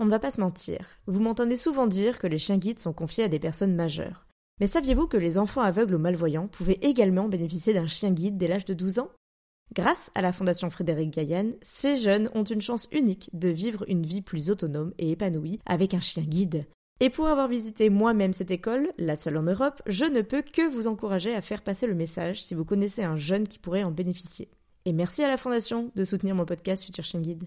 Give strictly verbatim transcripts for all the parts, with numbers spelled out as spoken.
On ne va pas se mentir, vous m'entendez souvent dire que les chiens guides sont confiés à des personnes majeures. Mais saviez-vous que les enfants aveugles ou malvoyants pouvaient également bénéficier d'un chien guide dès l'âge de douze ans ? Grâce à la Fondation Frédéric Gaillan, ces jeunes ont une chance unique de vivre une vie plus autonome et épanouie avec un chien guide. Et pour avoir visité moi-même cette école, la seule en Europe, je ne peux que vous encourager à faire passer le message si vous connaissez un jeune qui pourrait en bénéficier. Et merci à la Fondation de soutenir mon podcast Futur Chien Guide.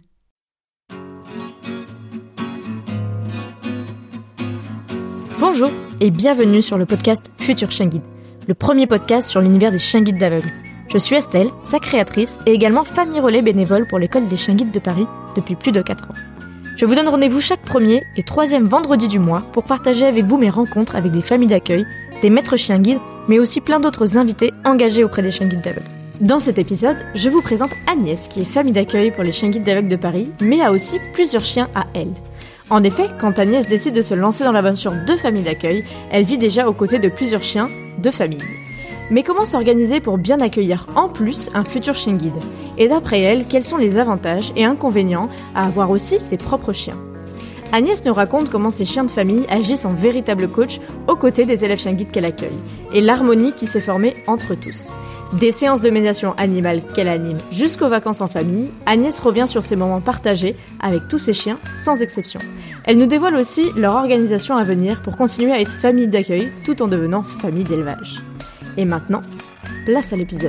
Bonjour et bienvenue sur le podcast Futur Chien Guide, le premier podcast sur l'univers des chiens guides d'aveugles. Je suis Estelle, sa créatrice et également famille relais bénévole pour l'école des chiens guides de Paris depuis plus de quatre ans. Je vous donne rendez-vous chaque premier et troisième vendredi du mois pour partager avec vous mes rencontres avec des familles d'accueil, des maîtres chiens guides, mais aussi plein d'autres invités engagés auprès des chiens guides d'aveugles. Dans cet épisode, je vous présente Agnès qui est famille d'accueil pour les chiens guides d'aveugles de Paris, mais a aussi plusieurs chiens à elle. En effet, quand Agnès décide de se lancer dans l'aventure de famille d'accueil, elle vit déjà aux côtés de plusieurs chiens de famille. Mais comment s'organiser pour bien accueillir en plus un futur chien guide ? Et d'après elle, quels sont les avantages et inconvénients à avoir aussi ses propres chiens ? Agnès nous raconte comment ses chiens de famille agissent en véritable coach aux côtés des élèves chiens guides qu'elle accueille, et l'harmonie qui s'est formée entre tous. Des séances de médiation animale qu'elle anime jusqu'aux vacances en famille, Agnès revient sur ces moments partagés avec tous ses chiens sans exception. Elle nous dévoile aussi leur organisation à venir pour continuer à être famille d'accueil tout en devenant famille d'élevage. Et maintenant, place à l'épisode.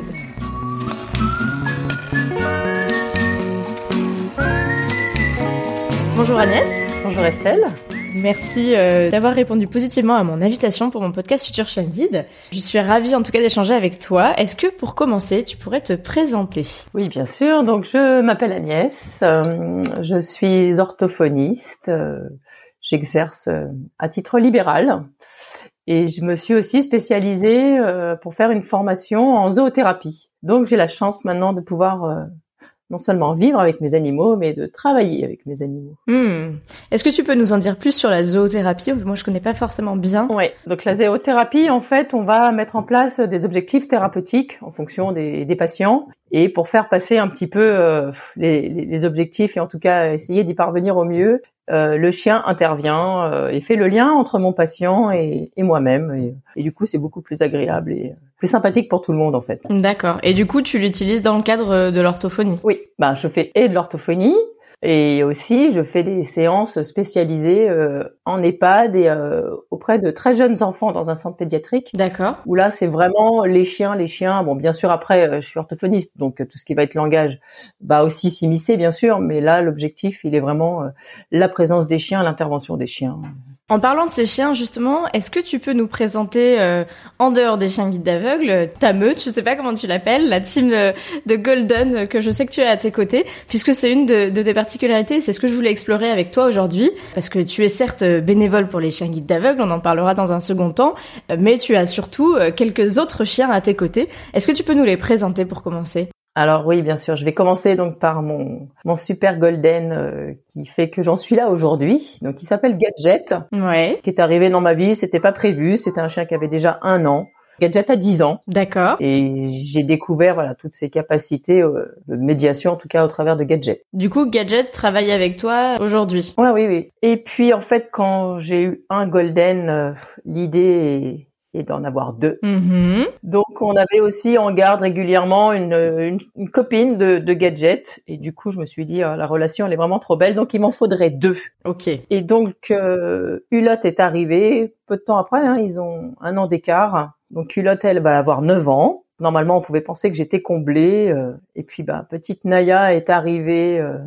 Bonjour Agnès. Bonjour Estelle. Merci euh, d'avoir répondu positivement à mon invitation pour mon podcast Futur Chien Guide. Je suis ravie en tout cas d'échanger avec toi. Est-ce que pour commencer, tu pourrais te présenter ? Oui, bien sûr. Donc je m'appelle Agnès, euh, je suis orthophoniste, euh, j'exerce euh, à titre libéral. Et je me suis aussi spécialisée euh, pour faire une formation en zoothérapie. Donc j'ai la chance maintenant de pouvoir euh, non seulement vivre avec mes animaux, mais de travailler avec mes animaux. Mmh. Est-ce que tu peux nous en dire plus sur la zoothérapie ? Moi, je connais pas forcément bien. Oui, donc la zoothérapie, en fait, on va mettre en place des objectifs thérapeutiques en fonction des, des patients. Et pour faire passer un petit peu euh, les, les objectifs et en tout cas essayer d'y parvenir au mieux, euh, le chien intervient euh, et fait le lien entre mon patient et, et moi-même. Et, et du coup, c'est beaucoup plus agréable et plus sympathique pour tout le monde en fait. D'accord. Et du coup, tu l'utilises dans le cadre de l'orthophonie ? Oui, ben je fais et de l'orthophonie. Et aussi, je fais des séances spécialisées euh, en EHPAD et euh, auprès de très jeunes enfants dans un centre pédiatrique. D'accord. Où là, c'est vraiment les chiens, les chiens. Bon, bien sûr, après, euh, je suis orthophoniste, donc euh, tout ce qui va être langage va aussi s'immiscer, bien sûr. Mais là, l'objectif, il est vraiment euh, la présence des chiens, l'intervention des chiens. En parlant de ces chiens, justement, est-ce que tu peux nous présenter, euh, en dehors des chiens guides d'aveugles, ta meute, je sais pas comment tu l'appelles, la team de, de Golden que je sais que tu as à tes côtés, puisque c'est une de, de tes particularités, c'est ce que je voulais explorer avec toi aujourd'hui, parce que tu es certes bénévole pour les chiens guides d'aveugles, on en parlera dans un second temps, mais tu as surtout quelques autres chiens à tes côtés. Est-ce que tu peux nous les présenter pour commencer ? Alors oui, bien sûr. Je vais commencer donc par mon mon super golden euh, qui fait que j'en suis là aujourd'hui. Donc il s'appelle Gadget. Ouais. Qui est arrivé dans ma vie. C'était pas prévu. C'était un chien qui avait déjà un an. Gadget a dix ans. D'accord. Et j'ai découvert voilà toutes ses capacités euh, de médiation en tout cas au travers de Gadget. Du coup, Gadget travaille avec toi aujourd'hui. Ouais, oui, oui. Et puis en fait, quand j'ai eu un golden, euh, l'idée est et d'en avoir deux. Mmh. Donc, on avait aussi en garde régulièrement une, une, une copine de, de Gadget. Et du coup, je me suis dit, oh, la relation, elle est vraiment trop belle. Donc, il m'en faudrait deux. Ok. Et donc, euh, Hulot est arrivée peu de temps après. Hein, ils ont un an d'écart. Donc, Hulot, elle va avoir neuf ans. Normalement, on pouvait penser que j'étais comblée. Euh, et puis, bah, petite Naya est arrivée. Euh,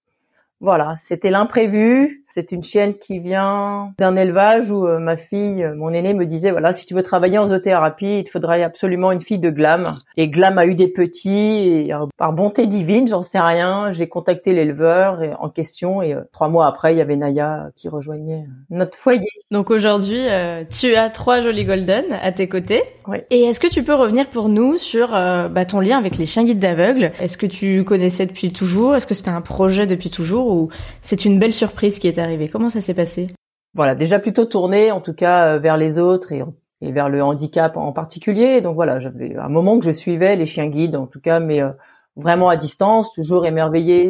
voilà, c'était l'imprévu. C'est une chienne qui vient d'un élevage où euh, ma fille, euh, mon aînée me disait, voilà, si tu veux travailler en zoothérapie, il te faudrait absolument une fille de Glam. Et Glam a eu des petits et euh, par bonté divine, j'en sais rien, j'ai contacté l'éleveur et, en question et euh, trois mois après, il y avait Naya qui rejoignait euh, notre foyer. Donc aujourd'hui, euh, tu as trois jolis golden à tes côtés. Oui. Et est-ce que tu peux revenir pour nous sur euh, bah, ton lien avec les chiens guides d'aveugles ? Est-ce que tu connaissais depuis toujours ? Est-ce que c'était un projet depuis toujours ? Ou c'est une belle surprise qui est arrivée ? Comment ça s'est passé ? Voilà, déjà plutôt tourné en tout cas vers les autres et, et vers le handicap en particulier. Donc voilà, j'avais un moment que je suivais les chiens guides en tout cas, mais euh, vraiment à distance, toujours émerveillée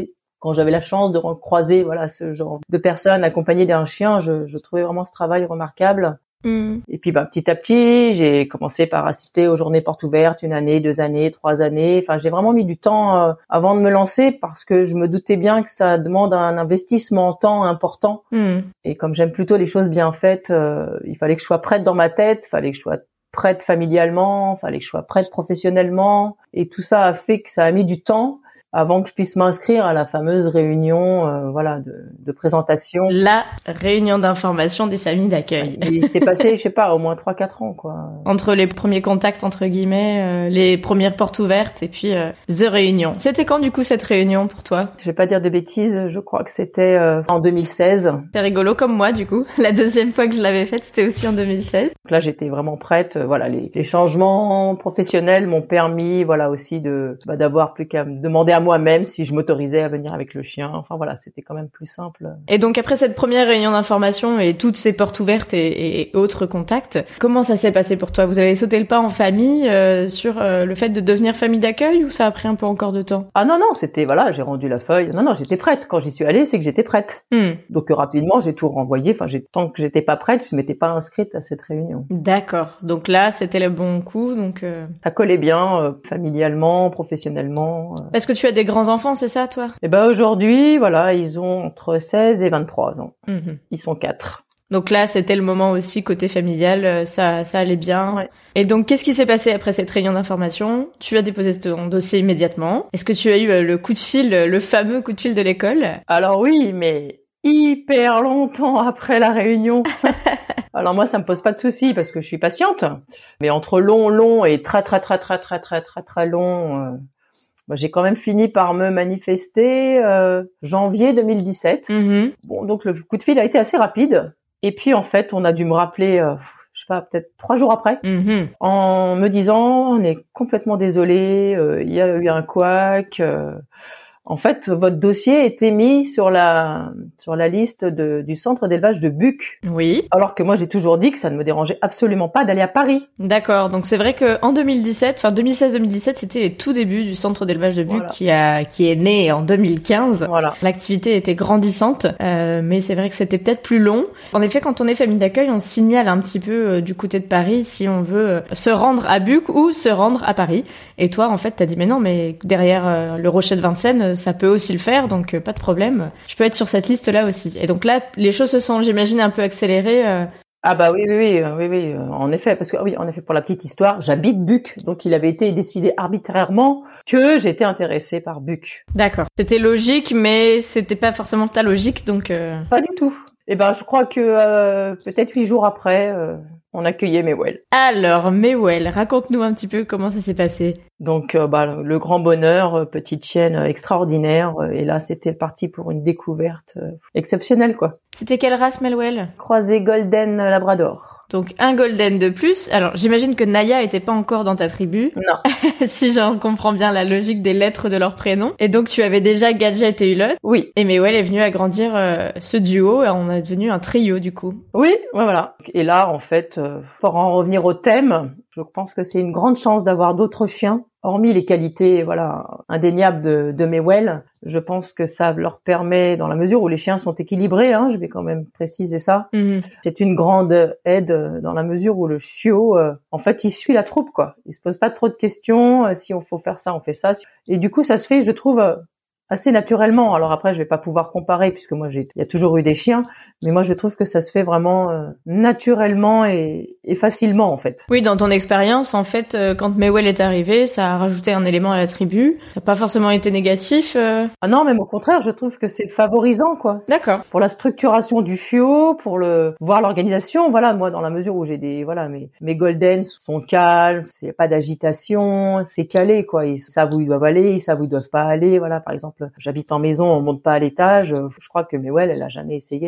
quand j'avais la chance de croiser voilà ce genre de personnes accompagnées d'un chien, je, je trouvais vraiment ce travail remarquable. Mmh. Et puis bah petit à petit, j'ai commencé par assister aux journées portes ouvertes, une année, deux années, trois années. Enfin, j'ai vraiment mis du temps euh, avant de me lancer parce que je me doutais bien que ça demande un investissement en temps important. Mmh. Et comme j'aime plutôt les choses bien faites, euh, il fallait que je sois prête dans ma tête, il fallait que je sois prête familialement, il fallait que je sois prête professionnellement. Et tout ça a fait que ça a mis du temps avant que je puisse m'inscrire à la fameuse réunion euh, voilà de, de présentation. La réunion d'information des familles d'accueil. Il s'est passé, je sais pas, au moins trois quatre ans quoi. Entre les premiers contacts entre guillemets, euh, les premières portes ouvertes et puis euh, the réunion. C'était quand du coup cette réunion pour toi? Je vais pas dire de bêtises, je crois que c'était euh, en deux mille seize. C'est rigolo comme moi du coup. La deuxième fois que je l'avais faite, c'était aussi en deux mille seize. Donc là, j'étais vraiment prête. Voilà, les, les changements professionnels m'ont permis voilà aussi de bah, d'avoir plus qu'à me demander à moi-même si je m'autorisais à venir avec le chien. Enfin voilà, c'était quand même plus simple. Et donc après cette première réunion d'information et toutes ces portes ouvertes et, et autres contacts, comment ça s'est passé pour toi? Vous avez sauté le pas en famille euh, sur euh, le fait de devenir famille d'accueil ou ça a pris un peu encore de temps? Ah non non, c'était voilà, j'ai rendu la feuille. Non non, j'étais prête. Quand j'y suis allée, c'est que j'étais prête. Hmm. Donc euh, rapidement, j'ai tout renvoyé. Enfin, j'ai, tant que j'étais pas prête, je m'étais pas inscrite à cette réunion. D'accord. Donc là, c'était le bon coup. Donc euh... ça collait bien, euh, familialement, professionnellement. Euh... Parce que tu as des grands enfants, c'est ça, toi? Eh ben aujourd'hui, voilà, ils ont entre seize et vingt-trois ans. Mmh. Ils sont quatre. Donc là, c'était le moment aussi côté familial, ça, ça allait bien. Ouais. Et donc, qu'est-ce qui s'est passé après cette réunion d'information? Tu as déposé ton dossier immédiatement. Est-ce que tu as eu le coup de fil, le fameux coup de fil de l'école? Alors oui, mais hyper longtemps après la réunion. Alors moi, ça me pose pas de soucis parce que je suis patiente. Mais entre long, long et très, très, très, très, très, très, très, très long, euh, bah, j'ai quand même fini par me manifester euh, janvier deux mille dix-sept. Mm-hmm. Bon, donc le coup de fil a été assez rapide. Et puis en fait, on a dû me rappeler, euh, je sais pas, peut-être trois jours après, mm-hmm. en me disant, on est complètement désolé, euh, il y a eu un couac. Euh, En fait, votre dossier était mis sur la sur la liste de, du centre d'élevage de Buc. Oui. Alors que moi, j'ai toujours dit que ça ne me dérangeait absolument pas d'aller à Paris. D'accord. Donc c'est vrai que en deux mille dix-sept, enfin deux mille seize deux mille dix-sept, c'était les tout débuts du centre d'élevage de Buc voilà. qui a qui est né en deux mille quinze. Voilà. L'activité était grandissante, euh, mais c'est vrai que c'était peut-être plus long. En effet, quand on est famille d'accueil, on signale un petit peu euh, du côté de Paris si on veut euh, se rendre à Buc ou se rendre à Paris. Et toi, en fait, t'as dit mais non, mais derrière euh, le Rocher de Vincennes, ça peut aussi le faire, donc euh, pas de problème. Je peux être sur cette liste-là aussi. Et donc là, les choses se sont, j'imagine, un peu accélérées. Euh... Ah bah oui, oui, oui, oui, oui, en effet, parce que oui, en effet, pour la petite histoire, j'habite Buc, donc il avait été décidé arbitrairement que j'étais intéressée par Buc. D'accord. C'était logique, mais c'était pas forcément ta logique, donc. Euh... Pas du tout. Et ben, je crois que euh, peut-être huit jours après. Euh... On accueillait Mewell. Alors, Mewell, raconte-nous un petit peu comment ça s'est passé. Donc, euh, bah, le grand bonheur, euh, petite chienne euh, extraordinaire. Euh, et là, c'était parti pour une découverte euh, exceptionnelle, quoi. C'était quelle race, Mewell? Croisé Golden Labrador. Donc, un golden de plus. Alors, j'imagine que Naya était pas encore dans ta tribu. Non. Si j'en comprends bien la logique des lettres de leur prénom. Et donc, tu avais déjà Gadget et Hulot. Oui. Et Mewell est venue agrandir euh, ce duo. Et on est devenu un trio, du coup. Oui, ouais, voilà. Et là, en fait, euh, pour en revenir au thème, je pense que c'est une grande chance d'avoir d'autres chiens. Hormis les qualités, voilà, indéniables de, de Mewell, je pense que ça leur permet, dans la mesure où les chiens sont équilibrés, hein, je vais quand même préciser ça, mmh. c'est une grande aide dans la mesure où le chiot, euh, en fait, il suit la troupe, quoi. Il se pose pas trop de questions. Euh, si on faut faire ça, on fait ça. Et du coup, ça se fait, je trouve, euh, assez naturellement. Alors après, je vais pas pouvoir comparer puisque moi, j'ai, il y a toujours eu des chiens, mais moi, je trouve que ça se fait vraiment euh, naturellement et, et facilement, en fait. Oui, dans ton expérience, en fait, euh, quand Mewell est arrivé, ça a rajouté un élément à la tribu. Ça n'a pas forcément été négatif. Euh... Ah non, même au contraire, je trouve que c'est favorisant, quoi. D'accord. Pour la structuration du chiot, pour le voir l'organisation. Voilà, moi, dans la mesure où j'ai des, voilà, mes mes goldens sont calmes, il y a pas d'agitation, c'est calé, quoi. Ils savent où ils doivent aller, ils savent où ils doivent pas aller. Voilà, par exemple, j'habite en maison, on monte pas à l'étage. Je crois que Mewell, elle a jamais essayé de monter à l'étage.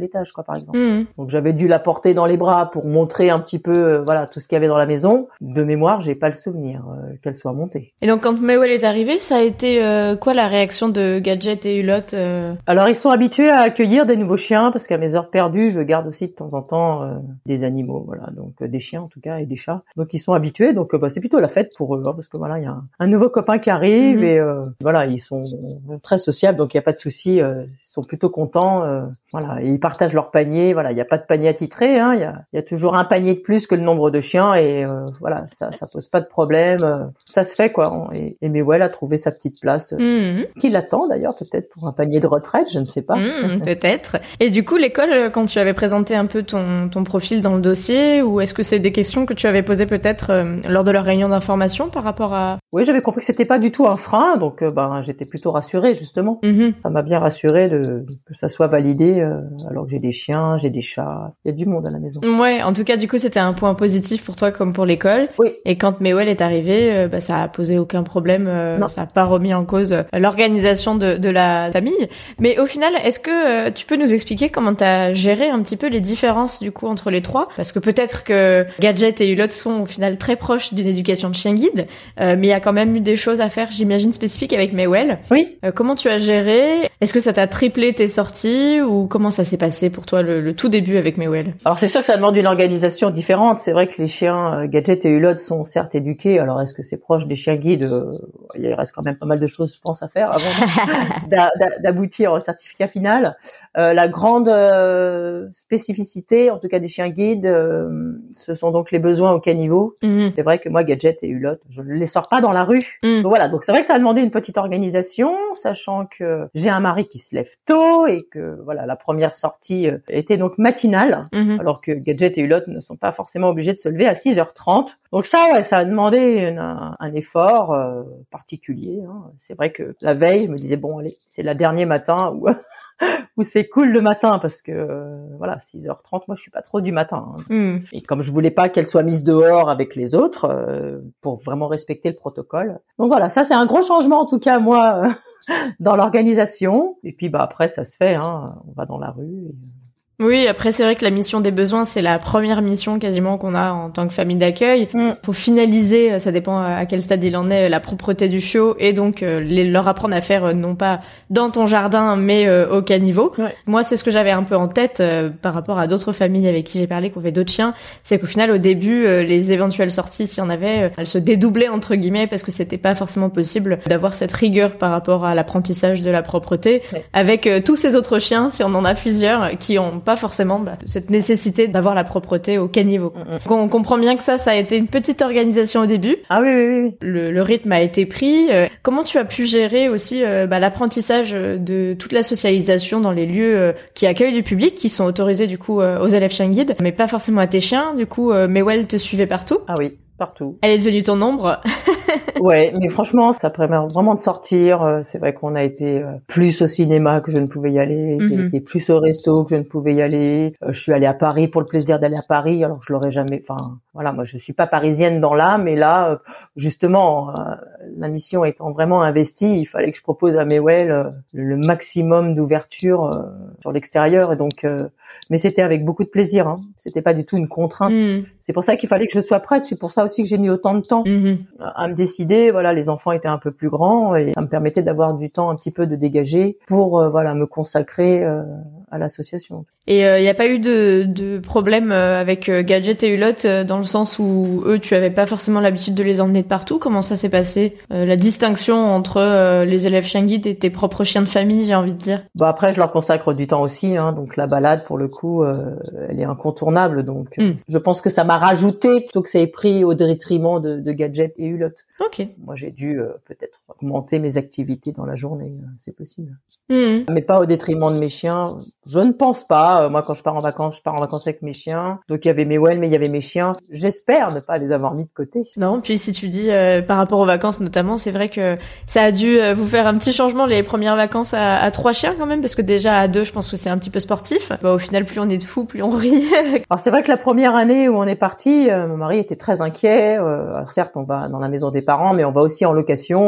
étage, quoi, par exemple. Mmh. Donc j'avais dû la porter dans les bras pour montrer un petit peu, euh, voilà, tout ce qu'il y avait dans la maison. De mémoire, j'ai pas le souvenir euh, qu'elle soit montée. Et donc quand Mewell est arrivée, ça a été euh, quoi la réaction de Gadget et Hulot euh... Alors ils sont habitués à accueillir des nouveaux chiens parce qu'à mes heures perdues, je garde aussi de temps en temps euh, des animaux, voilà, donc euh, des chiens en tout cas et des chats. Donc ils sont habitués, donc euh, bah, c'est plutôt la fête pour eux, hein, parce que voilà, il y a un, un nouveau copain qui arrive mmh. et euh, voilà, ils sont très sociables, donc il y a pas de souci, euh, ils sont plutôt contents, euh, voilà, et ils partagent leur panier, voilà, il y a pas de panier attitré, hein, il y a, il y a toujours un panier de plus que le nombre de chiens et euh, voilà, ça, ça pose pas de problème, euh, ça se fait quoi. Et, et Mewell a trouvé sa petite place, euh, mmh. qui l'attend d'ailleurs peut-être pour un panier de retraite, je ne sais pas. Mmh, peut-être. Et du coup, l'école, quand tu avais présenté un peu ton ton profil dans le dossier, ou est-ce que c'est des questions que tu avais posées peut-être euh, lors de leur réunion d'information par rapport à... Oui, j'avais compris que c'était pas du tout un frein, donc euh, ben j'étais plutôt rassurée justement. Mmh. Ça m'a bien rassurée de que ça soit validé, euh, alors que j'ai des chiens, j'ai des chats, il y a du monde à la maison. Ouais, en tout cas, du coup, c'était un point positif pour toi comme pour l'école. Oui. Et quand Mewell est arrivée, euh, bah, ça a posé aucun problème, euh, non. Ça a pas remis en cause euh, l'organisation de, de la famille. Mais au final, est-ce que euh, tu peux nous expliquer comment t'as géré un petit peu les différences du coup entre les trois? Parce que peut-être que Gadget et Hulot sont au final très proches d'une éducation de chien guide, euh, mais il y a quand même eu des choses à faire, j'imagine, spécifiques avec Mewell. Oui. Euh, comment tu as géré? Est-ce que ça t'a triplé tes sorties ou comment ça s'est passé pour toi le, le tout début avec Mewell? Alors c'est sûr que ça demande une organisation différente. C'est vrai que les chiens euh, Gadget et Hulot sont certes éduqués. Alors est-ce que c'est proche des chiens guides? euh, Il reste quand même pas mal de choses, je pense, à faire avant d'a, d'a, d'aboutir au certificat final. Euh, la grande euh, spécificité, en tout cas des chiens guides, euh, ce sont donc les besoins au caniveau. Mmh. C'est vrai que moi, Gadget et Hulot, je ne les sors pas dans la rue. Mmh. Donc voilà, donc c'est vrai que ça a demandé une petite organisation, sachant que j'ai un mari qui se lève tôt et que voilà, la première sortie était donc matinale, mmh. alors que Gadget et Hulot ne sont pas forcément obligés de se lever à six heures trente. Donc ça, ouais, ça a demandé une, un, un effort euh, particulier. Hein. C'est vrai que la veille, je me disais bon, allez, c'est la dernier matin où où c'est cool le matin parce que euh, voilà, six heures trente, moi je suis pas trop du matin. Hein. Mm. Et comme je voulais pas qu'elle soit mise dehors avec les autres euh, pour vraiment respecter le protocole. Donc voilà, ça c'est un gros changement en tout cas moi euh, dans l'organisation. Et puis bah après ça se fait, hein, on va dans la rue. Et... Oui, après c'est vrai que la mission des besoins, c'est la première mission quasiment qu'on a en tant que famille d'accueil. Mm. Faut finaliser, ça dépend à quel stade il en est, la propreté du chiot et donc euh, les, leur apprendre à faire euh, non pas dans ton jardin mais euh, au caniveau. Ouais. Moi, c'est ce que j'avais un peu en tête euh, par rapport à d'autres familles avec qui j'ai parlé qui ont fait d'autres chiens, c'est qu'au final au début euh, les éventuelles sorties, s'il y en avait, euh, elles se dédoublaient entre guillemets parce que c'était pas forcément possible d'avoir cette rigueur par rapport à l'apprentissage de la propreté ouais. avec euh, tous ces autres chiens, si on en a plusieurs, qui ont pas forcément bah, cette nécessité d'avoir la propreté au caniveau. Mm-hmm. Donc on comprend bien que ça, ça a été une petite organisation au début. Ah oui, oui, oui. Le, le rythme a été pris. Euh, comment tu as pu gérer aussi euh, bah, l'apprentissage de toute la socialisation dans les lieux euh, qui accueillent du public, qui sont autorisés du coup euh, aux élèves chiens guides, mais pas forcément à tes chiens. Du coup, euh, Mewell te suivait partout. Ah oui. Partout. Elle est devenue ton ombre. Ouais, mais franchement, ça permet vraiment de sortir. C'est vrai qu'on a été plus au cinéma que je ne pouvais y aller, mm-hmm. j'ai été plus au resto que je ne pouvais y aller. Je suis allée à Paris pour le plaisir d'aller à Paris, alors que je l'aurais jamais. Enfin, voilà, moi je suis pas parisienne dans l'âme, mais là, justement, la mission étant vraiment investie, il fallait que je propose à Mewell le maximum d'ouverture sur l'extérieur, et donc. Mais c'était avec beaucoup de plaisir, hein. C'était pas du tout une contrainte. Mmh. C'est pour ça qu'il fallait que je sois prête. C'est pour ça aussi que j'ai mis autant de temps mmh. à me décider. Voilà, les enfants étaient un peu plus grands et ça me permettait d'avoir du temps un petit peu de dégager pour euh, voilà me consacrer euh, à l'association. Et il euh, n'y a pas eu de, de problème avec euh, Gadget et Hulot euh, dans le sens où eux, tu avais pas forcément l'habitude de les emmener de partout. Comment ça s'est passé euh, la distinction entre euh, les élèves chiens guides et tes propres chiens de famille, j'ai envie de dire. Bah après, je leur consacre du temps aussi. Hein, donc la balade, pour le coup, euh, elle est incontournable. Donc mm. je pense que ça m'a rajouté plutôt que ça ait pris au détriment de, de Gadget et Hulot. Ok. Moi, j'ai dû euh, peut-être augmenter mes activités dans la journée. C'est possible. Mm. Mais pas au détriment de mes chiens. Je ne pense pas. Moi, quand je pars en vacances, je pars en vacances avec mes chiens. Donc, il y avait Mewell, mais il y avait mes chiens. J'espère ne pas les avoir mis de côté. Non, puis si tu dis euh, par rapport aux vacances notamment, c'est vrai que ça a dû euh, vous faire un petit changement les premières vacances à, à trois chiens quand même, parce que déjà à deux, je pense que c'est un petit peu sportif. Bah, au final, plus on est de fous, plus on rit. Alors, c'est vrai que la première année où on est parti, euh, mon mari était très inquiet. Euh, alors, certes, on va dans la maison des parents, mais on va aussi en location.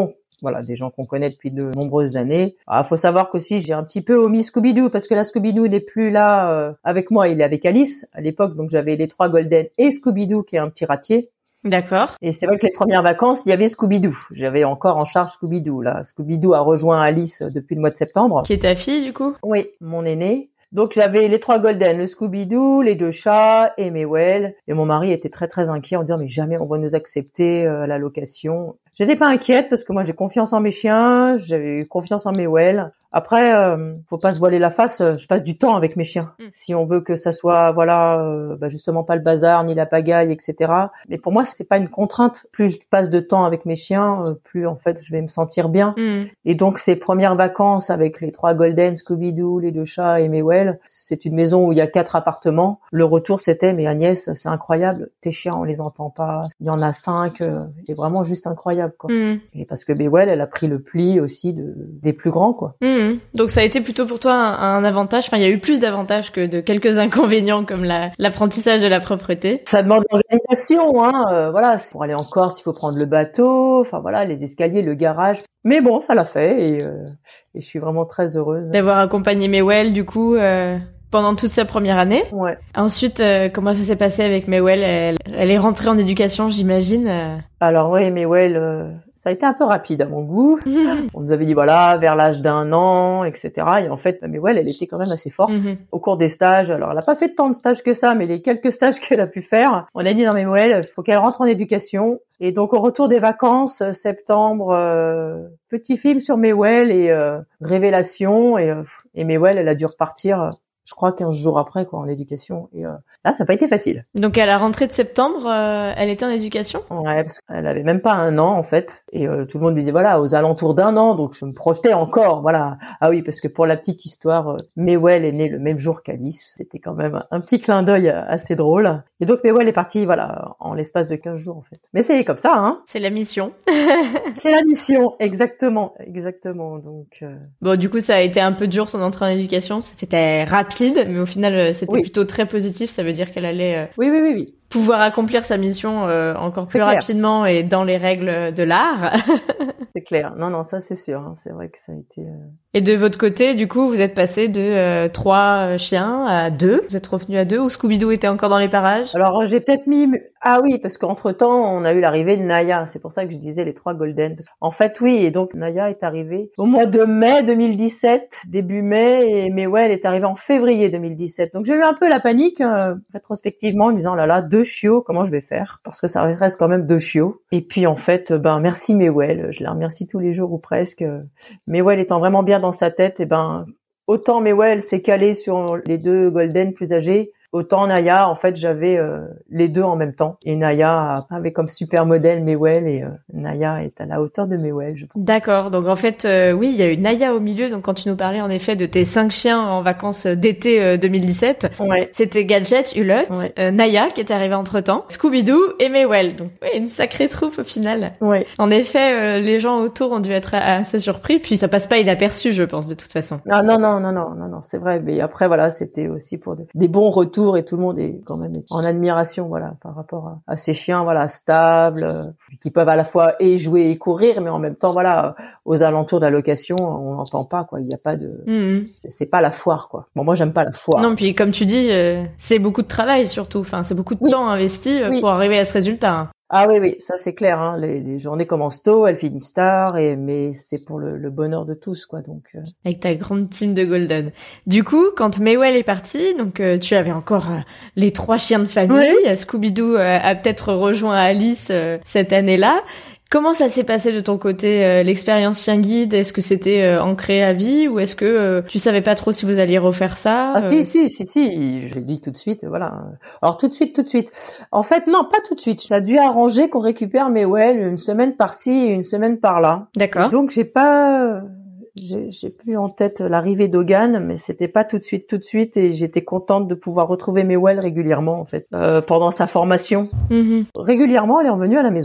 voilà, des gens qu'on connaît depuis de nombreuses années. Il faut savoir qu'aussi j'ai un petit peu omis Scooby-Doo parce que là Scooby-Doo n'est plus là euh, avec moi, il est avec Alice à l'époque, donc j'avais les trois Golden et Scooby-Doo qui est un petit ratier. D'accord. Et c'est vrai que les premières vacances, il y avait Scooby-Doo. J'avais encore en charge Scooby-Doo. Là, Scooby-Doo a rejoint Alice depuis le mois de septembre. Qui est ta fille, du coup? Oui, mon aîné. Donc j'avais les trois Golden, le Scooby-Doo, les deux chats et Mewell. Et mon mari était très très inquiet en disant mais jamais on va nous accepter euh, à la location. J'étais pas inquiète parce que moi j'ai confiance en mes chiens, j'avais confiance en Mewell. Après, euh, faut pas se voiler la face. Je passe du temps avec mes chiens. Mm. Si on veut que ça soit, voilà, euh, bah justement pas le bazar ni la pagaille, et cetera. Mais pour moi, c'est pas une contrainte. Plus je passe de temps avec mes chiens, euh, plus en fait je vais me sentir bien. Mm. Et donc ces premières vacances avec les trois Golden, Scooby-Doo, les deux chats et Mewell, c'est une maison où il y a quatre appartements. Le retour c'était, mais Agnès, c'est incroyable. Tes chiens, on les entend pas. Il y en a cinq. Euh, c'est vraiment juste incroyable, quoi. Mm. Et parce que Mewell, elle a pris le pli aussi de des plus grands, quoi. Mm. Donc ça a été plutôt pour toi un, un avantage. Enfin, il y a eu plus d'avantages que de quelques inconvénients comme la, l'apprentissage de la propreté. Ça demande l'organisation, hein. Euh, voilà, pour aller en Corse, il faut prendre le bateau. Enfin voilà, les escaliers, le garage. Mais bon, ça l'a fait et, euh, et je suis vraiment très heureuse d'avoir accompagné Mewell du coup euh, pendant toute sa première année. Ouais. Ensuite, euh, comment ça s'est passé avec Mewell? Elle, elle est rentrée en éducation, j'imagine. Euh... Alors oui, Mewell. Euh... Ça a été un peu rapide à mon goût. On nous avait dit voilà vers l'âge d'un an, et cetera. Et en fait, Mewell, elle était quand même assez forte mm-hmm. au cours des stages. Alors, elle n'a pas fait tant de stages que ça, mais les quelques stages qu'elle a pu faire, on a dit non, Mewell, il faut qu'elle rentre en éducation. Et donc, au retour des vacances, septembre, euh, petit film sur Mewell et euh, révélation. Et, euh, et Mewell, elle a dû repartir. Je crois quinze jours après, quoi, en éducation. Et euh, là, ça n'a pas été facile. Donc, à la rentrée de septembre, euh, elle était en éducation? Ouais, parce qu'elle avait même pas un an, en fait. Et euh, tout le monde lui disait, voilà, aux alentours d'un an. Donc, je me projetais encore, voilà. Ah oui, parce que pour la petite histoire, euh, Mewell est née le même jour qu'Alice. C'était quand même un petit clin d'œil assez drôle. Et donc, Mewell est partie, voilà, en l'espace de quinze jours, en fait. Mais c'est comme ça, hein. C'est la mission. C'est la mission, exactement, exactement. Donc. Euh... Bon, du coup, ça a été un peu dur son entrée en éducation. C'était rapide, mais au final, c'était oui. plutôt très positif. Ça veut dire qu'elle allait euh, oui, oui, oui, oui. pouvoir accomplir sa mission euh, encore plus rapidement et dans les règles de l'art. C'est clair. Non, non, ça c'est sûr. Hein. C'est vrai que ça a été... Euh... Et de votre côté, du coup, vous êtes passé de euh, trois chiens à deux. Vous êtes revenu à deux ou Scooby-Doo était encore dans les parages? Alors, j'ai peut-être mis... Ah oui, parce qu'entre-temps, on a eu l'arrivée de Naya. C'est pour ça que je disais les trois Golden. En fait, oui, et donc Naya est arrivée au mois de mai deux mille dix-sept, début mai, et Mewell est arrivée en février deux mille dix-sept. Donc, j'ai eu un peu la panique, euh, rétrospectivement, en me disant, oh là là, deux chiots, comment je vais faire? Parce que ça reste quand même deux chiots. Et puis, en fait, ben, merci Mewell. Je la remercie tous les jours ou presque. Mewell étant vraiment bien dans sa tête, et ben, autant Mewell s'est calé sur les deux Golden plus âgés, autant Naya, en fait, j'avais euh, les deux en même temps. Et Naya avait comme super modèle Mewell et euh, Naya est à la hauteur de Mewell, je pense. D'accord. Donc, en fait, euh, oui, il y a eu Naya au milieu. Donc, quand tu nous parlais, en effet, de tes cinq chiens en vacances d'été euh, deux mille dix-sept, ouais. C'était Gadget, Hulot, ouais. euh, Naya qui est arrivée entre-temps, Scooby-Doo et Mewell. Donc, oui, une sacrée troupe au final. Ouais. En effet, euh, les gens autour ont dû être assez surpris. Puis, ça passe pas inaperçu, je pense, de toute façon. Ah non, non, non, non, non, non, c'est vrai. Mais après, voilà, c'était aussi pour des, des bons retours. Et tout le monde est quand même en admiration, voilà, par rapport à, à ces chiens, voilà, stables, euh, qui peuvent à la fois et jouer et courir, mais en même temps, voilà, aux alentours de la location, on n'entend pas, quoi. Il n'y a pas de, mmh. c'est pas la foire, quoi. Bon, moi, j'aime pas la foire. Non, puis comme tu dis, euh, c'est beaucoup de travail surtout. Enfin, c'est beaucoup de oui. temps investi euh, oui. pour arriver à ce résultat. Hein. Ah oui, oui, ça c'est clair. Hein. Les, les journées commencent tôt, elles finissent tard, et mais c'est pour le, le bonheur de tous, quoi. Donc euh... avec ta grande team de Golden. Du coup, quand Mewell est partie, donc euh, tu avais encore euh, les trois chiens de famille. Oui. Scooby-Doo euh, a peut-être rejoint Alice euh, cette année-là. Comment ça s'est passé de ton côté, euh, l'expérience chien guide? Est-ce que c'était euh, ancré à vie ou est-ce que euh, tu savais pas trop si vous alliez refaire ça? Ah euh... si, si, si, si, j'ai dit tout de suite, voilà. Alors tout de suite, tout de suite. En fait, non, pas tout de suite. J'ai dû arranger qu'on récupère Mewell une semaine par-ci et une semaine par-là. D'accord. Donc j'ai pas... J'ai, j'ai plus en tête l'arrivée d'Hogan, mais c'était pas tout de suite, tout de suite, et j'étais contente de pouvoir retrouver Mewell régulièrement, en fait, euh, pendant sa formation. Mm-hmm. Régulièrement, elle est revenue à la maison.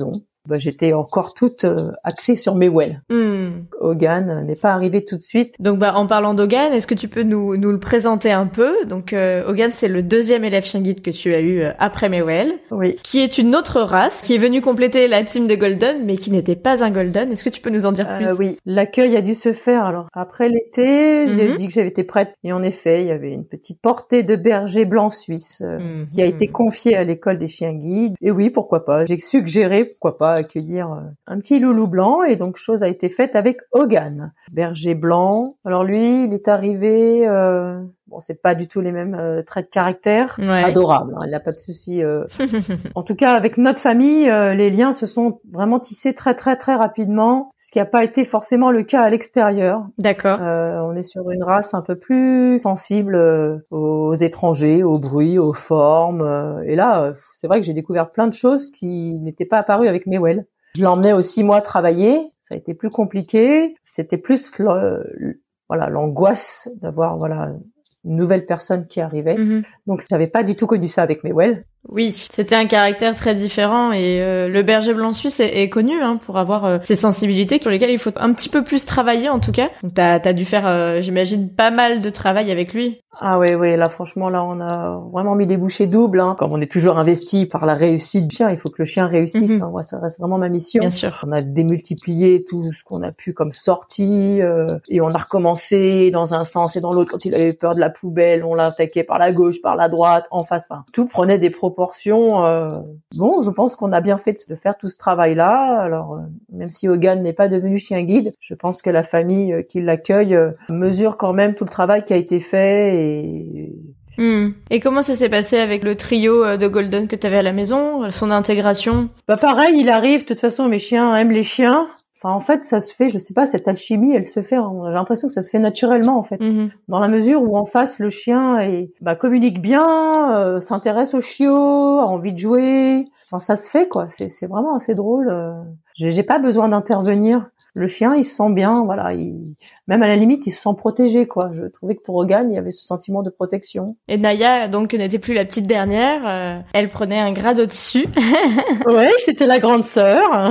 bah, j'étais encore toute euh, axée sur Mewell. Mm. Hogan n'est pas arrivé tout de suite. Donc bah en parlant d'Hogan, est-ce que tu peux nous nous le présenter un peu? Donc euh, Hogan, c'est le deuxième élève chien guide que tu as eu euh, après Mewell, Oui. qui est une autre race, qui est venue compléter la team de Golden, mais qui n'était pas un Golden. Est-ce que tu peux nous en dire plus? Euh, oui, l'accueil a dû se faire. Alors après l'été, j'ai Mhm. dit que j'avais été prête. Et en effet, il y avait une petite portée de berger blanc suisse euh, Mhm. qui a été confiée à l'école des chiens guides. Et oui, pourquoi pas. J'ai suggéré, pourquoi pas, accueillir euh, un petit loulou blanc. Et donc, chose a été faite avec Hogan, berger blanc. Alors lui, il est arrivé... Euh, bon, c'est pas du tout les mêmes euh, traits de caractère. Ouais. Adorable, hein, il n'a pas de souci. Euh... En tout cas, avec notre famille, euh, les liens se sont vraiment tissés très très très rapidement, ce qui n'a pas été forcément le cas à l'extérieur. D'accord. Euh, on est sur une race un peu plus sensible euh, aux étrangers, au bruit, aux formes. Euh, et là, euh, c'est vrai que j'ai découvert plein de choses qui n'étaient pas apparues avec Mewell. Je l'emmenais aussi moi travailler. Ça a été plus compliqué. C'était plus le, le, voilà l'angoisse d'avoir voilà une nouvelle personne qui arrivait. Mhm. Donc, je n'avais pas du tout connu ça avec Mewell. Oui, c'était un caractère très différent et euh, le berger blanc suisse est, est connu hein, pour avoir euh, ces sensibilités sur lesquelles il faut un petit peu plus travailler en tout cas. Donc t'as t'as dû faire, euh, j'imagine, pas mal de travail avec lui. Ah oui, oui, là franchement, là on a vraiment mis les bouchées doubles. Hein. Comme on est toujours investi par la réussite du chien, il faut que le chien réussisse. Mm-hmm. Hein. Moi, ça reste vraiment ma mission. Bien sûr. On a démultiplié tout ce qu'on a pu comme sortie euh, et on a recommencé dans un sens et dans l'autre. Quand il avait peur de la poubelle, on l'attaquait par la gauche, par la droite, en face. Enfin, tout prenait des proportions. Euh... Bon, je pense qu'on a bien fait de faire tout ce travail-là. Alors, euh, même si Hogan n'est pas devenu chien guide, je pense que la famille euh, qui l'accueille euh, mesure quand même tout le travail qui a été fait. Et... Mmh. Et comment ça s'est passé avec le trio de Golden que tu avais à la maison, son intégration? Bah pareil, il arrive. De toute façon, mes chiens aiment les chiens. Enfin, en fait, ça se fait, je sais pas, cette alchimie, elle se fait, j'ai l'impression que ça se fait naturellement, en fait. Mmh. Dans la mesure où, en face, le chien est, bah, communique bien, euh, s'intéresse au chiot, a envie de jouer. Enfin, ça se fait, quoi. C'est, c'est vraiment assez drôle. Euh, j'ai, j'ai pas besoin d'intervenir. Le chien, il se sent bien, voilà. Il... Même à la limite, il se sent protégé, quoi. Je trouvais que pour Hogan, il y avait ce sentiment de protection. Et Naya, donc, n'était plus la petite dernière. Euh, elle prenait un grade au-dessus. Ouais, c'était la grande sœur.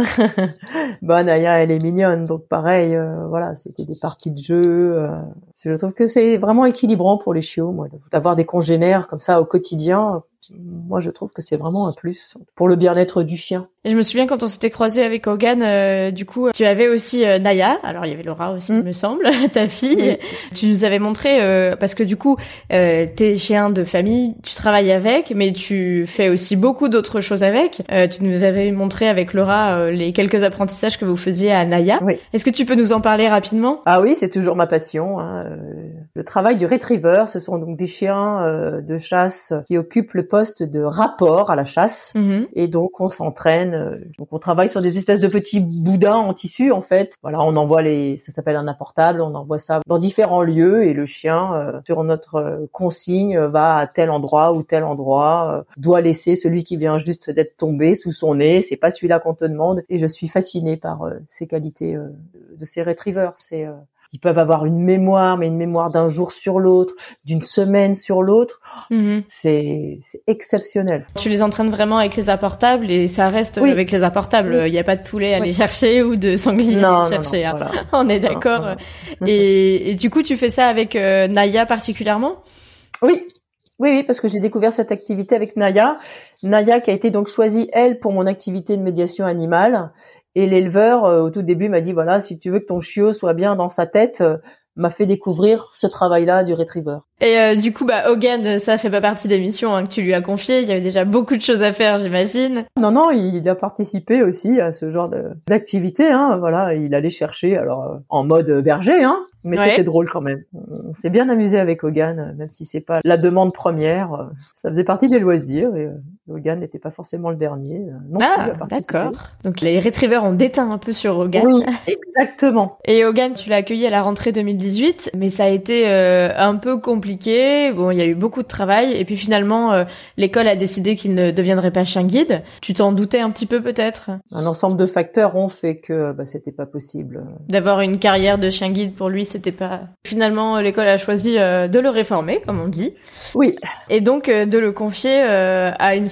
Bah, Naya, elle est mignonne, donc pareil. Euh, voilà, c'était des parties de jeu. Euh... Je trouve que c'est vraiment équilibrant pour les chiots, moi, d'avoir des congénères comme ça au quotidien. Moi, je trouve que c'est vraiment un plus pour le bien-être du chien. Et je me souviens quand on s'était croisé avec Hogan, euh, du coup, tu avais aussi euh, Naya. Alors, il y avait Laura aussi, mm. il me semble, ta fille. Mm. Tu nous avais montré, euh, parce que du coup, euh, tes chiens de famille, tu travailles avec, mais tu fais aussi beaucoup d'autres choses avec. Euh, tu nous avais montré avec Laura euh, les quelques apprentissages que vous faisiez à Naya. Oui. Est-ce que tu peux nous en parler rapidement? Ah oui, c'est toujours ma passion. Hein. Le travail du retriever, ce sont donc des chiens euh, de chasse qui occupent le poste de rapport à la chasse. Mm-hmm. Et donc, on s'entraîne. Donc, on travaille sur des espèces de petits boudins en tissu, en fait. Voilà, on envoie les... Ça s'appelle un apportable. On envoie ça dans différents lieux. Et le chien, euh, sur notre euh, consigne, va à tel endroit ou tel endroit. Euh, doit laisser celui qui vient juste d'être tombé sous son nez. C'est pas celui-là qu'on te demande. Et je suis fascinée par euh, ces qualités euh, de ces retrievers. C'est... Euh... Ils peuvent avoir une mémoire, mais une mémoire d'un jour sur l'autre, d'une semaine sur l'autre. Mmh. C'est, c'est exceptionnel. Tu les entraînes vraiment avec les apportables et ça reste oui. avec les apportables. Il oui. n'y a pas de poulet à oui. aller chercher ou de sanglier non, à aller chercher. Non, non, hein. voilà. On est d'accord. Non, non. Et, et du coup, tu fais ça avec euh, Naya particulièrement? Oui. Oui, oui, parce que j'ai découvert cette activité avec Naya. Naya qui a été donc choisie, elle, pour mon activité de médiation animale. Et l'éleveur, euh, au tout début, m'a dit, voilà, si tu veux que ton chiot soit bien dans sa tête, euh, m'a fait découvrir ce travail-là du retriever. Et euh, du coup, bah Hogan, ça fait pas partie des missions hein, que tu lui as confiées. Il y avait déjà beaucoup de choses à faire, j'imagine. Non, non, il a participé aussi à ce genre de, d'activité. Hein, voilà, il allait chercher, alors euh, en mode berger, hein, mais ouais. C'était drôle quand même. On s'est bien amusé avec Hogan, même si c'est pas la demande première. Ça faisait partie des loisirs et euh, Hogan n'était pas forcément le dernier. Non, ah, d'accord. Donc les retrievers ont déteint un peu sur Hogan. Oui, exactement. Et Hogan, tu l'as accueilli à la rentrée deux mille dix-huit, mais ça a été euh, un peu compliqué. Bon, il y a eu beaucoup de travail et puis finalement, euh, l'école a décidé qu'il ne deviendrait pas chien guide. Tu t'en doutais un petit peu peut-être? Un ensemble de facteurs ont fait que bah, c'était pas possible. D'avoir une carrière de chien guide pour lui, c'était pas. Finalement, l'école a choisi euh, de le réformer, comme on dit. Oui. Et donc euh, de le confier euh, à une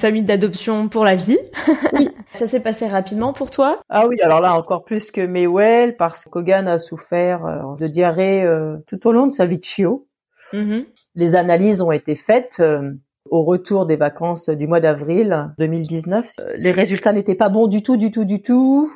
famille d'adoption pour la vie. Oui. Ça s'est passé rapidement pour toi? Ah oui, alors là encore plus que Maywell, parce qu'Hogan a souffert euh, de diarrhée euh, tout au long de sa vie de chiot. Mm-hmm. Les analyses ont été faites euh, au retour des vacances du mois d'avril deux mille dix-neuf. Euh, les résultats n'étaient pas bons du tout, du tout, du tout.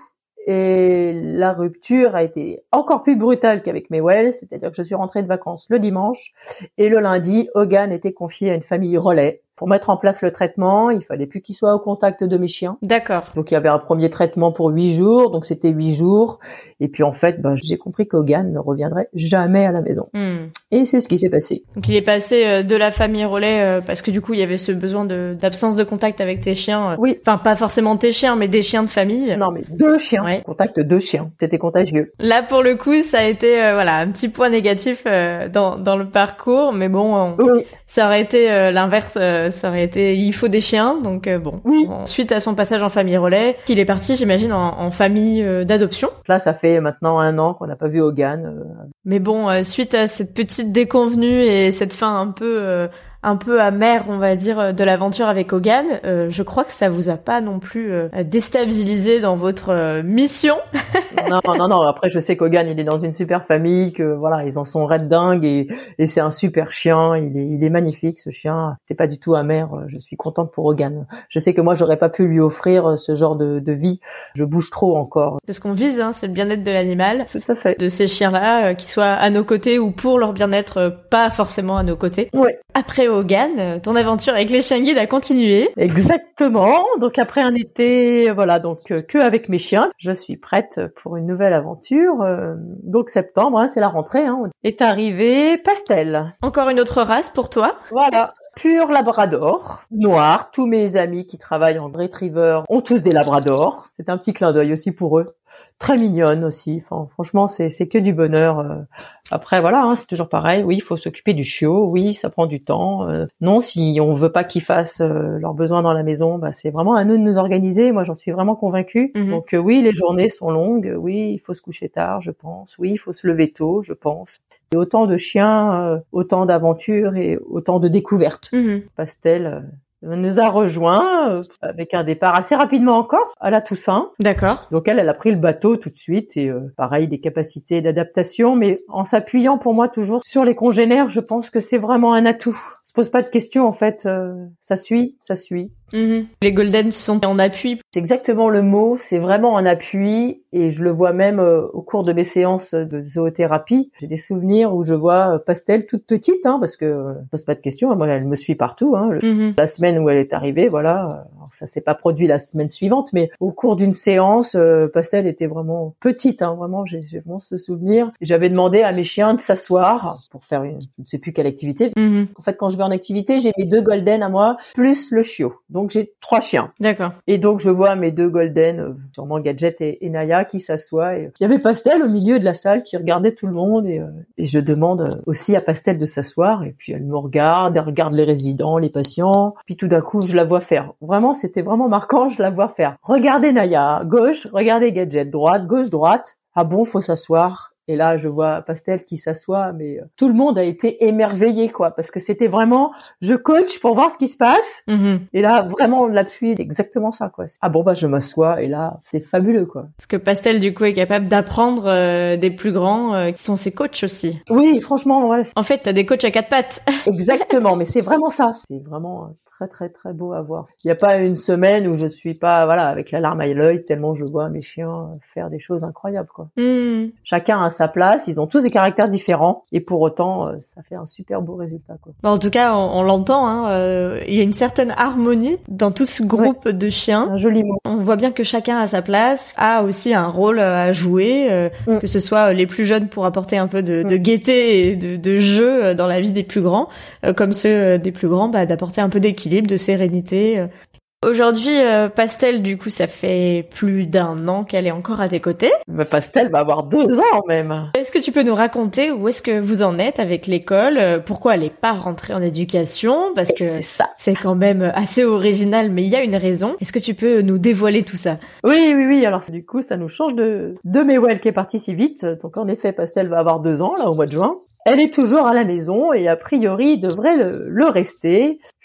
Et la rupture a été encore plus brutale qu'avec Maywell, c'est-à-dire que je suis rentrée de vacances le dimanche et le lundi, Hogan était confié à une famille relais. Pour mettre en place le traitement, il fallait plus qu'il soit au contact de mes chiens. D'accord. Donc il y avait un premier traitement pour huit jours, donc c'était huit jours. Et puis en fait, ben, j'ai compris qu'Hogan ne reviendrait jamais à la maison. Mm. Et c'est ce qui s'est passé. Donc il est passé de la famille relais euh, parce que du coup il y avait ce besoin de d'absence de contact avec tes chiens. Oui. Enfin pas forcément tes chiens, mais des chiens de famille. Non mais deux chiens. Ouais. Contact deux chiens. C'était contagieux. Là pour le coup ça a été euh, voilà un petit point négatif euh, dans dans le parcours, mais bon on... Oui. Ça aurait été euh, l'inverse, euh, ça aurait été il faut des chiens, donc euh, bon. Oui. Bon. Suite à son passage en famille relais, il est parti, j'imagine, en, en famille euh, d'adoption. Là, ça fait maintenant un an qu'on n'a pas vu Hogan. Euh... Mais bon, euh, suite à cette petite déconvenue et cette fin un peu euh, un peu amère, on va dire, de l'aventure avec Hogan, euh, je crois que ça vous a pas non plus euh, déstabilisé dans votre euh, mission. non, non, non. Après, je sais qu'Hogan, il est dans une super famille, que voilà, ils en sont raides dingues et, et c'est un super chien. Il est, il est magnifique, ce chien. C'est pas du tout amer. Je suis contente pour Hogan. Je sais que moi, j'aurais pas pu lui offrir ce genre de, de vie. Je bouge trop encore. C'est ce qu'on vise, hein, c'est le bien-être de l'animal. Tout à fait. De ces chiens-là, euh, qui soient à nos côtés ou pour leur bien-être, euh, pas forcément à nos côtés. Oui. Après Hogan, ton aventure avec les chiens guides a continué. Exactement. Donc après un été, voilà, donc euh, que avec mes chiens, je suis prête pour une nouvelle aventure. Euh, donc septembre, hein, c'est la rentrée. Hein, est arrivé Pastel. Encore une autre race pour toi. Voilà. Pur labrador, noir. Tous mes amis qui travaillent en retriever ont tous des labradors. C'est un petit clin d'œil aussi pour eux. Très mignonne aussi. Enfin, franchement, c'est c'est que du bonheur. Euh, après, voilà, hein, c'est toujours pareil. Oui, il faut s'occuper du chiot. Oui, ça prend du temps. Euh, non, si on veut pas qu'ils fassent euh, leurs besoins dans la maison, bah c'est vraiment à nous de nous organiser. Moi, j'en suis vraiment convaincue. Mm-hmm. Donc euh, oui, les journées sont longues. Oui, il faut se coucher tard, je pense. Oui, il faut se lever tôt, je pense. Et autant de chiens, euh, autant d'aventures et autant de découvertes. Mm-hmm. Pastel. Euh, nous a rejoint euh, avec un départ assez rapidement en Corse, à la Toussaint. D'accord. Donc elle, elle a pris le bateau tout de suite et euh, pareil, des capacités d'adaptation, mais en s'appuyant pour moi toujours sur les congénères, je pense que c'est vraiment un atout. On se pose pas de questions en fait, euh, ça suit, ça suit. Mmh. Les Golden sont en appui. C'est exactement le mot, c'est vraiment en appui et je le vois même euh, au cours de mes séances de zoothérapie. J'ai des souvenirs où je vois euh, Pastel toute petite, hein, parce que euh, je pose pas de questions, moi elle me suit partout. Hein. Mmh. La semaine où elle est arrivée, voilà, alors ça s'est pas produit la semaine suivante, mais au cours d'une séance, euh, Pastel était vraiment petite, hein, vraiment, j'ai, j'ai vraiment ce souvenir. J'avais demandé à mes chiens de s'asseoir pour faire une, je ne sais plus quelle activité. Mmh. En fait, quand je vais en activité, j'ai mes deux Golden à moi plus le chiot. Donc j'ai trois chiens. D'accord. Et donc je vois mes deux Golden, euh, sûrement Gadget et, et Naya, qui s'assoient. Et, euh, il y avait Pastel au milieu de la salle qui regardait tout le monde. Et, euh, et je demande aussi à Pastel de s'asseoir. Et puis elle me regarde, elle regarde les résidents, les patients. Puis tout d'un coup, je la vois faire. Vraiment, c'était vraiment marquant, je la vois faire. Regardez Naya, gauche, regardez Gadget, droite, gauche, droite. Ah bon, faut s'asseoir. Et là, je vois Pastel qui s'assoit, mais tout le monde a été émerveillé, quoi, parce que c'était vraiment, je coach pour voir ce qui se passe. Mmh. Et là, vraiment, l'appui, c'est exactement ça, quoi. Ah bon, bah, je m'assois, et là, c'est fabuleux, quoi. Parce que Pastel, du coup, est capable d'apprendre euh, des plus grands, euh, qui sont ses coachs aussi. Oui, franchement, voilà. En fait, t'as des coachs à quatre pattes. Exactement, mais c'est vraiment ça. C'est vraiment très, très, très beau à voir. Il n'y a pas une semaine où je suis pas, voilà, avec la larme à l'œil, tellement je vois mes chiens faire des choses incroyables, quoi. Mmh. Chacun a sa place, ils ont tous des caractères différents, et pour autant, euh, ça fait un super beau résultat, quoi. Bon, en tout cas, on, on l'entend, hein, euh, il y a une certaine harmonie dans tout ce groupe ouais. de chiens. Un joli mot. On voit bien que chacun a sa place, a aussi un rôle à jouer, euh, mmh. que ce soit les plus jeunes pour apporter un peu de, de gaieté et de, de jeu dans la vie des plus grands, euh, comme ceux des plus grands, bah, d'apporter un peu d'équilibre, de sérénité. Aujourd'hui, euh, Pastel, du coup, ça fait plus d'un an qu'elle est encore à tes côtés. Mais Pastel va avoir deux ans même. Est-ce que tu peux nous raconter où est-ce que vous en êtes avec l'école? Pourquoi elle n'est pas rentrée en éducation? Parce que c'est, ça. c'est quand même assez original, mais il y a une raison. Est-ce que tu peux nous dévoiler tout ça? Oui, oui, oui. Alors du coup, ça nous change de, de Maywell qui est partie si vite. Donc en effet, Pastel va avoir deux ans là au mois de juin. Elle est toujours à la maison et a priori devrait le, le rester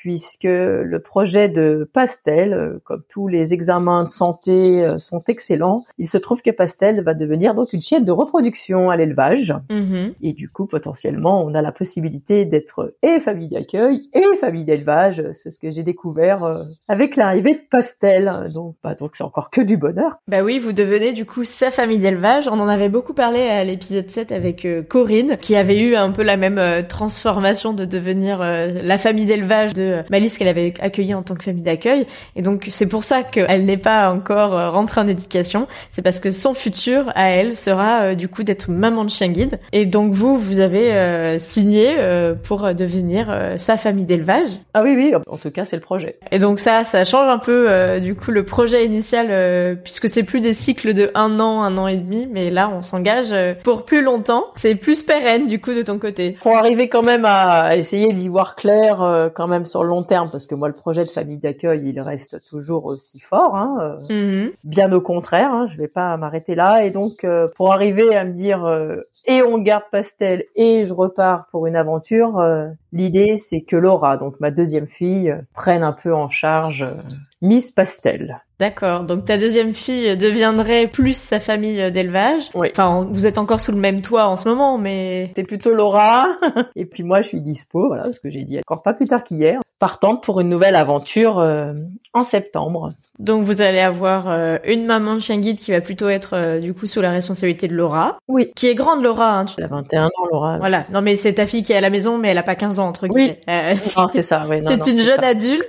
puisque le projet de Pastel, euh, comme tous les examens de santé euh, sont excellents, il se trouve que Pastel va devenir donc une chienne de reproduction à l'élevage. Mmh. Et du coup, potentiellement, on a la possibilité d'être et famille d'accueil et famille d'élevage. C'est ce que j'ai découvert euh, avec l'arrivée de Pastel. Donc, bah, donc c'est encore que du bonheur. Bah oui, vous devenez du coup sa famille d'élevage. On en avait beaucoup parlé à l'épisode sept avec euh, Corinne, qui avait eu un peu la même euh, transformation de devenir euh, la famille d'élevage de euh, Malice qu'elle avait accueillie en tant que famille d'accueil. Et donc c'est pour ça qu'elle n'est pas encore euh, rentrée en éducation. C'est parce que son futur à elle sera euh, du coup d'être maman de chien guide. Et donc vous, vous avez euh, signé euh, pour euh, devenir euh, sa famille d'élevage. Ah oui, oui, en tout cas, c'est le projet. Et donc ça, ça change un peu euh, du coup le projet initial, euh, puisque c'est plus des cycles de un an, un an et demi, mais là on s'engage euh, pour plus longtemps. C'est plus pérenne du coup de ton côté. Pour arriver quand même à essayer d'y voir clair euh, quand même sur le long terme, parce que moi le projet de famille d'accueil il reste toujours aussi fort, hein, euh, Mm-hmm. bien au contraire, hein, je vais pas m'arrêter là. Et donc euh, pour arriver à me dire euh, et on garde Pastel et je repars pour une aventure, euh, l'idée c'est que Laura, donc ma deuxième fille, euh, prenne un peu en charge euh, Miss Pastel. D'accord. Donc ta deuxième fille deviendrait plus sa famille d'élevage. Oui. Enfin, vous êtes encore sous le même toit en ce moment, mais C'est plutôt Laura. Et puis moi, je suis dispo, voilà, ce que j'ai dit encore pas plus tard qu'hier, partante pour une nouvelle aventure euh, en septembre. donc vous allez avoir euh, une maman de chien guide qui va plutôt être euh, du coup sous la responsabilité de Laura, Oui. qui est grande Laura. Hein, tu... Elle a vingt et un ans, Laura. Voilà. Non mais c'est ta fille qui est à la maison, mais elle a pas quinze ans entre guillemets. Oui. Euh, Non, c'est ça. Oui, non, c'est non, une c'est jeune ça. adulte.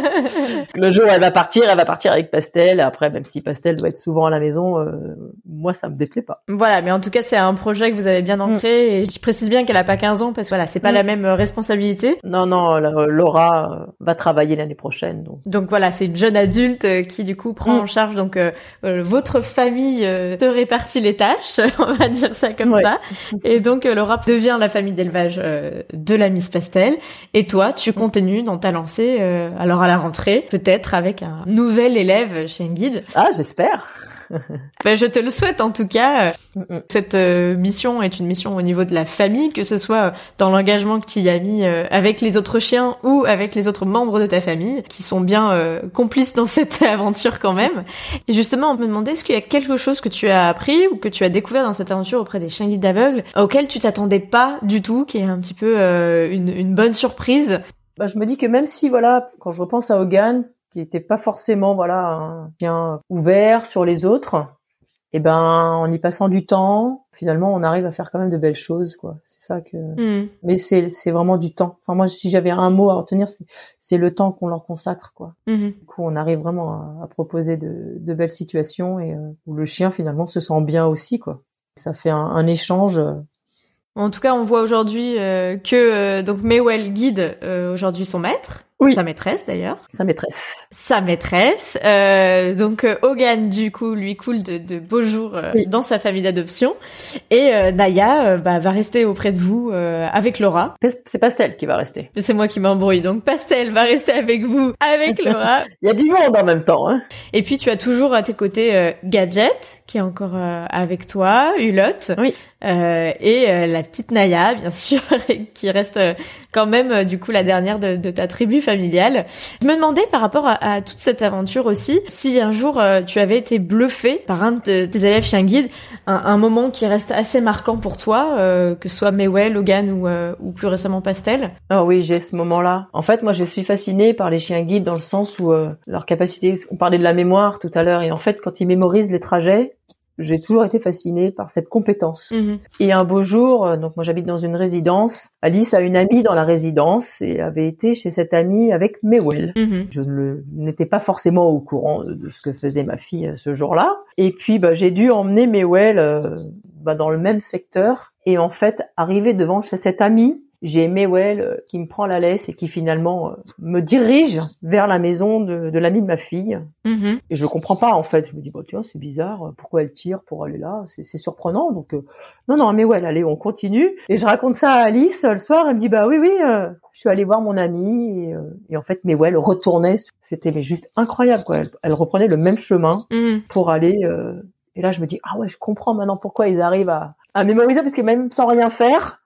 Le jour où elle va partir, elle va partir avec Pastel. Après, même si Pastel doit être souvent à la maison, euh, moi, ça me déplaît pas. Voilà, mais en tout cas, c'est un projet que vous avez bien ancré. Mm. Et je précise bien qu'elle a pas quinze ans parce que voilà, c'est pas mm. la même responsabilité. Non, non, la, Laura euh, va travailler l'année prochaine. Donc, donc voilà, c'est une jeune adulte euh, qui du coup prend mm. en charge donc euh, euh, votre famille euh, se répartit les tâches, on va dire ça comme ouais. ça. Et donc euh, Laura devient la famille d'élevage euh, de la Miss Pastel. Et toi, tu continues dans ta lancée. Euh, alors à la rentrée, peut-être avec un nouvel élève chien guide. Ah, j'espère. Ben, je te le souhaite en tout cas. Mm-mm. Cette euh, mission est une mission au niveau de la famille, que ce soit dans l'engagement que tu y as mis euh, avec les autres chiens ou avec les autres membres de ta famille, qui sont bien euh, complices dans cette aventure quand même. Et justement, on me demandait, est-ce qu'il y a quelque chose que tu as appris ou que tu as découvert dans cette aventure auprès des chiens guides d'aveugles auquel tu t'attendais pas du tout, qui est un petit peu euh, une, une bonne surprise? Bah, je me dis que même si, voilà, quand je repense à Hogan, qui était pas forcément, voilà, un chien ouvert sur les autres, et ben, en y passant du temps, finalement, on arrive à faire quand même de belles choses, quoi. C'est ça que, mm. mais c'est, c'est vraiment du temps. Enfin, moi, si j'avais un mot à retenir, c'est, c'est le temps qu'on leur consacre, quoi. Mm-hmm. Du coup, on arrive vraiment à, à proposer de, de belles situations et euh, où le chien, finalement, se sent bien aussi, quoi. Ça fait un, un échange. Euh, En tout cas, on voit aujourd'hui euh, que euh, donc Mewell guide euh, aujourd'hui son maître, oui. sa maîtresse d'ailleurs. Sa maîtresse. Sa maîtresse. Euh, donc euh, Hogan du coup lui coule de, de beaux jours euh, oui. dans sa famille d'adoption et euh, Naya euh, bah, va rester auprès de vous euh, avec Laura. C'est Pastel qui va rester. C'est moi qui m'embrouille. Donc Pastel va rester avec vous avec Laura. Il y a du monde en même temps. Hein. Et puis tu as toujours à tes côtés euh, Gadget qui est encore euh, avec toi, Hulotte. Oui. Euh, et euh, la petite Naya, bien sûr, qui reste euh, quand même euh, du coup la dernière de, de ta tribu familiale. Je me demandais par rapport à, à toute cette aventure aussi, si un jour euh, tu avais été bluffé par un de tes élèves chiens guides, un, un moment qui reste assez marquant pour toi, euh, que ce soit Mewell, Hogan ou, euh, ou plus récemment Pastel. Ah oui, j'ai ce moment-là. En fait, moi, je suis fascinée par les chiens guides dans le sens où euh, leur capacité, on parlait de la mémoire tout à l'heure, et en fait, quand ils mémorisent les trajets, j'ai toujours été fascinée par cette compétence. Mmh. Et un beau jour, donc moi j'habite dans une résidence, Alice a une amie dans la résidence et avait été chez cette amie avec Mewell. Mmh. Je ne, n'étais pas forcément au courant de ce que faisait ma fille ce jour-là. Et puis bah, j'ai dû emmener Mewell euh, bah, dans le même secteur. Et en fait, arrivé devant chez cette amie, j'ai Mewell euh, qui me prend la laisse et qui finalement euh, me dirige vers la maison de, de l'amie de ma fille. Mm-hmm. Et je comprends pas en fait. Je me dis bah tiens c'est bizarre. Pourquoi elle tire pour aller là? C'est, c'est surprenant. Donc euh, non non Mewell allez on continue. Et je raconte ça à Alice le soir. Elle me dit bah oui oui euh, je suis allée voir mon amie et, euh, et en fait Mewell retournait. C'était mais juste incroyable quoi. Elle, elle reprenait le même chemin mm-hmm. pour aller. Euh, et là je me dis ah ouais je comprends maintenant pourquoi ils arrivent à, à mémoriser parce que même sans rien faire.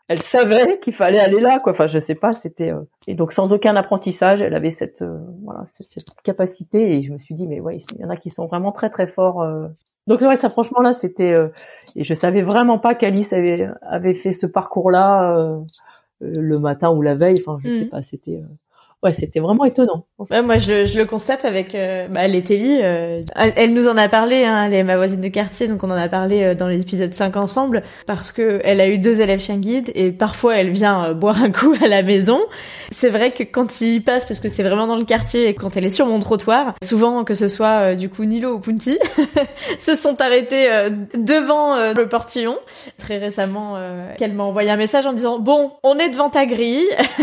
elle savait qu'il fallait aller là, quoi. Enfin, je sais pas, c'était euh... et donc sans aucun apprentissage, elle avait cette euh, voilà cette, cette capacité et je me suis dit mais ouais, il y en a qui sont vraiment très très forts. Euh... Donc ouais, ça franchement là, c'était euh... et je savais vraiment pas qu'Alice avait avait fait ce parcours-là euh, le matin ou la veille. Enfin, je mmh. sais pas, c'était. Euh... Ouais, c'était vraiment étonnant. Ouais, moi, je, je le constate avec euh, bah, Leteli. Euh, elle, elle nous en a parlé, hein, elle est ma voisine de quartier, donc on en a parlé euh, dans l'épisode cinq ensemble, parce que elle a eu deux élèves chien guide et parfois elle vient euh, boire un coup à la maison. C'est vrai que quand il passe, parce que c'est vraiment dans le quartier et quand elle est sur mon trottoir, souvent que ce soit euh, du coup Nilo ou Punti, se sont arrêtés euh, devant euh, le portillon. Très récemment, euh, qu'elle m'a envoyé un message en me disant bon, on est devant ta grille.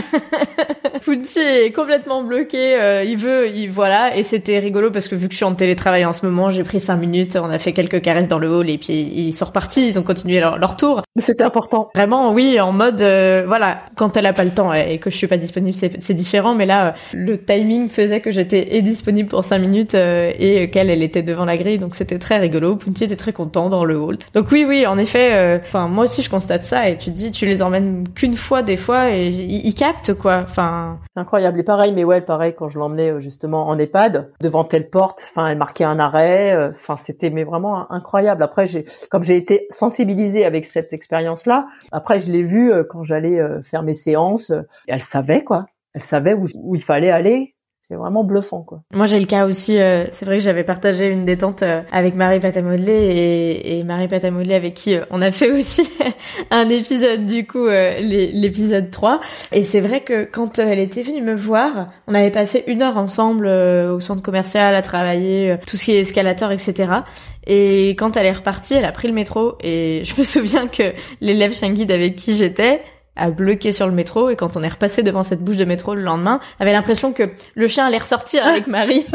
Punti est complètement bloqué, euh, il veut, il voilà, et c'était rigolo parce que vu que je suis en télétravail en ce moment, j'ai pris cinq minutes, on a fait quelques caresses dans le hall et puis ils sont repartis, ils ont continué leur, leur tour. C'était important. Vraiment, oui, en mode, euh, voilà, quand elle a pas le temps et que je suis pas disponible, c'est, c'est différent, mais là, euh, le timing faisait que j'étais disponible pour cinq minutes euh, et qu'elle, elle était devant la grille, donc c'était très rigolo. Punti était très content dans le hall. Donc oui, oui, en effet, enfin, euh, moi aussi je constate ça et tu te dis, tu les emmènes qu'une fois des fois et ils, ils captent quoi, enfin. C'est incroyable. Et pareil, mais ouais, pareil, quand je l'emmenais justement en EHPAD, devant telle porte, enfin, elle marquait un arrêt, enfin, c'était mais vraiment incroyable. Après, j'ai, comme j'ai été sensibilisée avec cette expérience-là, après, je l'ai vue quand j'allais faire mes séances, elle savait, quoi. Elle savait où, où il fallait aller. C'est vraiment bluffant, quoi. Moi, j'ai le cas aussi, euh, c'est vrai que j'avais partagé une détente euh, avec Marie Patamodelé et, et Marie Patamodelé avec qui euh, on a fait aussi un épisode, du coup, euh, les, l'épisode trois. Et c'est vrai que quand elle était venue me voir, on avait passé une heure ensemble euh, au centre commercial à travailler, euh, tout ce qui est escalator, et cetera. Et quand elle est repartie, elle a pris le métro et je me souviens que l'élève chien guide avec qui j'étais a bloqué sur le métro et quand on est repassé devant cette bouche de métro le lendemain, avait l'impression que le chien allait ressortir avec Marie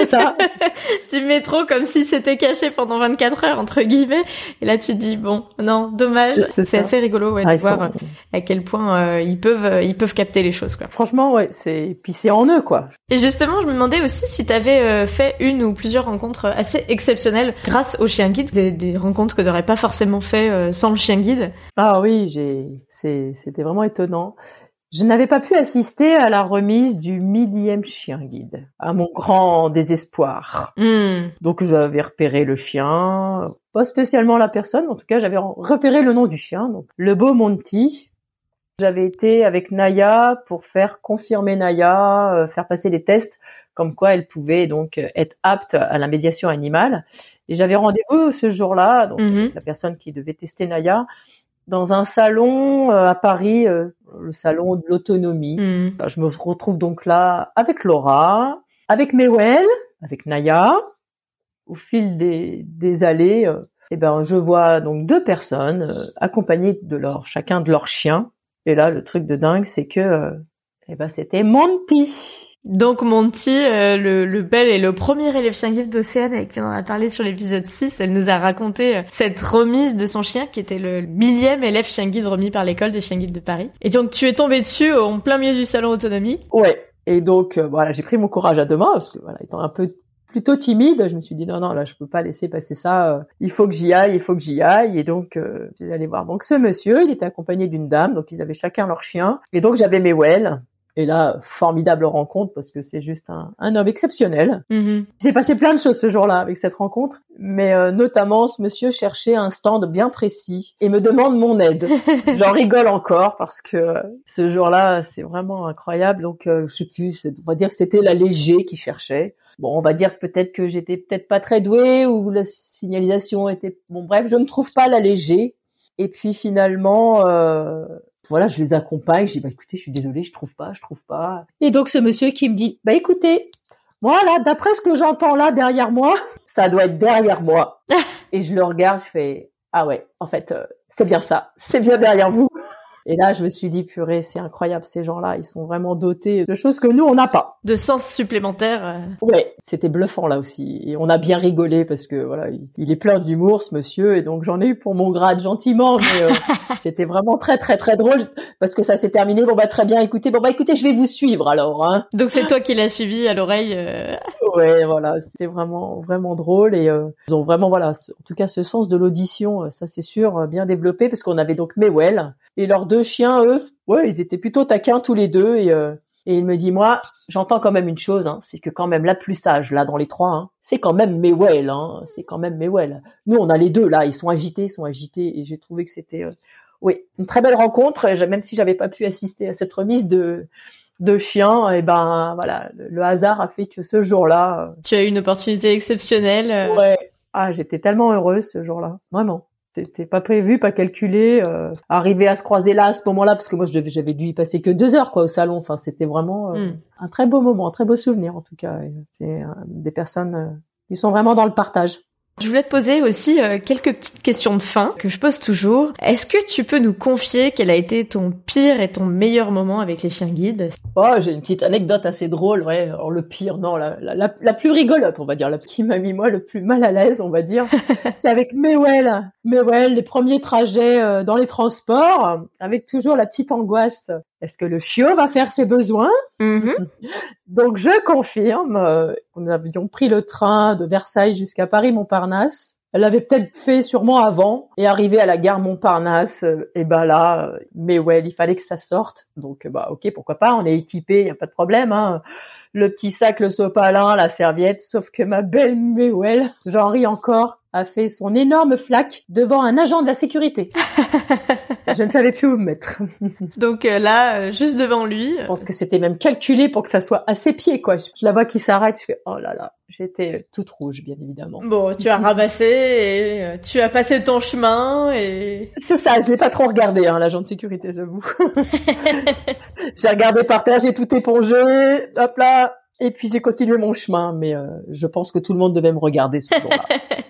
du métro comme si c'était caché pendant vingt-quatre heures entre guillemets. Et là tu te dis bon, non, dommage. C'est, c'est assez rigolo ouais, ah, de voir sont... à quel point euh, ils peuvent ils peuvent capter les choses quoi. Franchement ouais, c'est puis c'est en eux quoi. Et justement, je me demandais aussi si tu avais euh, fait une ou plusieurs rencontres assez exceptionnelles grâce au chien guide, des, des rencontres que tu n'aurais pas forcément fait euh, sans le chien guide. Ah oui, j'ai c'est c'était vraiment étonnant. Je n'avais pas pu assister à la remise du millième chien guide, à mon grand désespoir. Mm. Donc j'avais repéré le chien, pas spécialement la personne, en tout cas j'avais repéré le nom du chien, donc le beau Monty. J'avais été avec Naya pour faire confirmer Naya, euh, faire passer les tests, comme quoi elle pouvait donc être apte à la médiation animale. Et j'avais rendez-vous ce jour-là, donc mm-hmm. la personne qui devait tester Naya, dans un salon euh, à Paris, euh, le salon de l'autonomie. Mmh. Je me retrouve donc là avec Laura, avec Mewel, avec Naya. Au fil des, des allées, euh, eh ben je vois donc deux personnes euh, accompagnées de leur chacun de leurs chiens. Et là, le truc de dingue, c'est que euh, eh ben c'était Monty. Donc Monty, euh, le, le bel et le premier élève chien guide d'Océane avec qui on en a parlé sur l'épisode six, elle nous a raconté euh, cette remise de son chien qui était le millième élève chien guide remis par l'école des chiens guides de Paris. Et donc tu es tombé dessus en plein milieu du salon autonomie. Ouais. Et donc euh, voilà, j'ai pris mon courage à deux mains parce que voilà, étant un peu plutôt timide, je me suis dit non non là je peux pas laisser passer ça, euh, il faut que j'y aille, il faut que j'y aille et donc euh, je suis allée voir donc ce monsieur, il était accompagné d'une dame, donc ils avaient chacun leur chien et donc j'avais Mewel. Et là, formidable rencontre parce que c'est juste un, un homme exceptionnel. Mm-hmm. Il s'est passé plein de choses ce jour-là avec cette rencontre, mais euh, notamment ce monsieur cherchait un stand bien précis et me demande mon aide. J'en rigole encore parce que euh, ce jour-là, c'est vraiment incroyable. Donc, euh, je sais plus, on va dire que c'était la Léger qui cherchait. Bon, on va dire peut-être que j'étais peut-être pas très douée ou la signalisation était... Bon, bref, je ne trouve pas la Léger. Et puis finalement... Euh... Voilà, je les accompagne, je dis, bah, écoutez, je suis désolée, je trouve pas, je trouve pas. Et donc, ce monsieur qui me dit, bah, écoutez, voilà, d'après ce que j'entends là, derrière moi, ça doit être derrière moi. Et je le regarde, je fais, ah ouais, en fait, euh, c'est bien ça, c'est bien derrière vous. Et là, je me suis dit, purée, c'est incroyable, ces gens-là, ils sont vraiment dotés de choses que nous, on n'a pas. De sens supplémentaires. Euh... Ouais, c'était bluffant là aussi. Et on a bien rigolé parce que voilà, il, il est plein d'humour, ce monsieur, et donc j'en ai eu pour mon grade gentiment, mais euh, c'était vraiment très très très drôle parce que ça s'est terminé. Bon bah très bien, écoutez, bon bah écoutez, je vais vous suivre alors. Hein. Donc c'est toi qui l'as suivi à l'oreille. Euh... Ouais, voilà, c'était vraiment vraiment drôle et euh, ils ont vraiment voilà, ce, en tout cas ce sens de l'audition, ça c'est sûr, bien développé parce qu'on avait donc Mewel et leurs deux chiens, eux, ouais, ils étaient plutôt taquins tous les deux. Et, euh, et il me dit, moi, j'entends quand même une chose, hein, c'est que quand même la plus sage, là, dans les trois, hein, c'est quand même Mewell, hein, c'est quand même Mewell. Nous, on a les deux, là, ils sont agités, ils sont agités. Et j'ai trouvé que c'était, euh, oui, une très belle rencontre. Même si j'avais pas pu assister à cette remise de... de chiens, et ben voilà, le, le hasard a fait que ce jour-là, tu as eu une opportunité exceptionnelle. Euh... Ouais, ah j'étais tellement heureuse ce jour-là, vraiment. C'était pas prévu, pas calculé. Euh, arriver à se croiser là à ce moment-là, parce que moi je devais, j'avais dû y passer que deux heures quoi au salon. Enfin c'était vraiment euh, mm. un très beau moment, un très beau souvenir en tout cas. C'est euh, des personnes euh, qui sont vraiment dans le partage. Je voulais te poser aussi euh, quelques petites questions de fin que je pose toujours. Est-ce que tu peux nous confier quel a été ton pire et ton meilleur moment avec les chiens guides? Oh, j'ai une petite anecdote assez drôle, ouais. Alors le pire, non, la, la, la, la plus rigolote, on va dire, la qui m'a mis moi le plus mal à l'aise, on va dire, c'est avec Mewell. Mewell, les premiers trajets euh, dans les transports, avec toujours la petite angoisse. Est-ce que le chiot va faire ses besoins? Mm-hmm. Donc je confirme, euh, nous avions pris le train de Versailles jusqu'à Paris-Montparnasse. Elle l'avait peut-être fait sûrement avant. Et arrivé à la gare Montparnasse, euh, et ben là, euh, Mewell, il fallait que ça sorte. Donc bah ok, pourquoi pas, on est équipé, y a pas de problème. Hein. Le petit sac, le sopalin, la serviette. Sauf que ma belle Mewell, j'en ris encore, a fait son énorme flaque devant un agent de la sécurité. Je ne savais plus où me mettre. Donc euh, là, euh, juste devant lui. Je pense que c'était même calculé pour que ça soit à ses pieds, quoi. Je, je la vois qui s'arrête, je fais oh là là. J'étais toute rouge, bien évidemment. Bon, tu as ramassé et euh, tu as passé ton chemin et... C'est ça, je l'ai pas trop regardé, hein, l'agent de sécurité, j'avoue. J'ai regardé par terre, j'ai tout épongé, hop là, et puis j'ai continué mon chemin. Mais euh, je pense que tout le monde devait me regarder ce jour-là.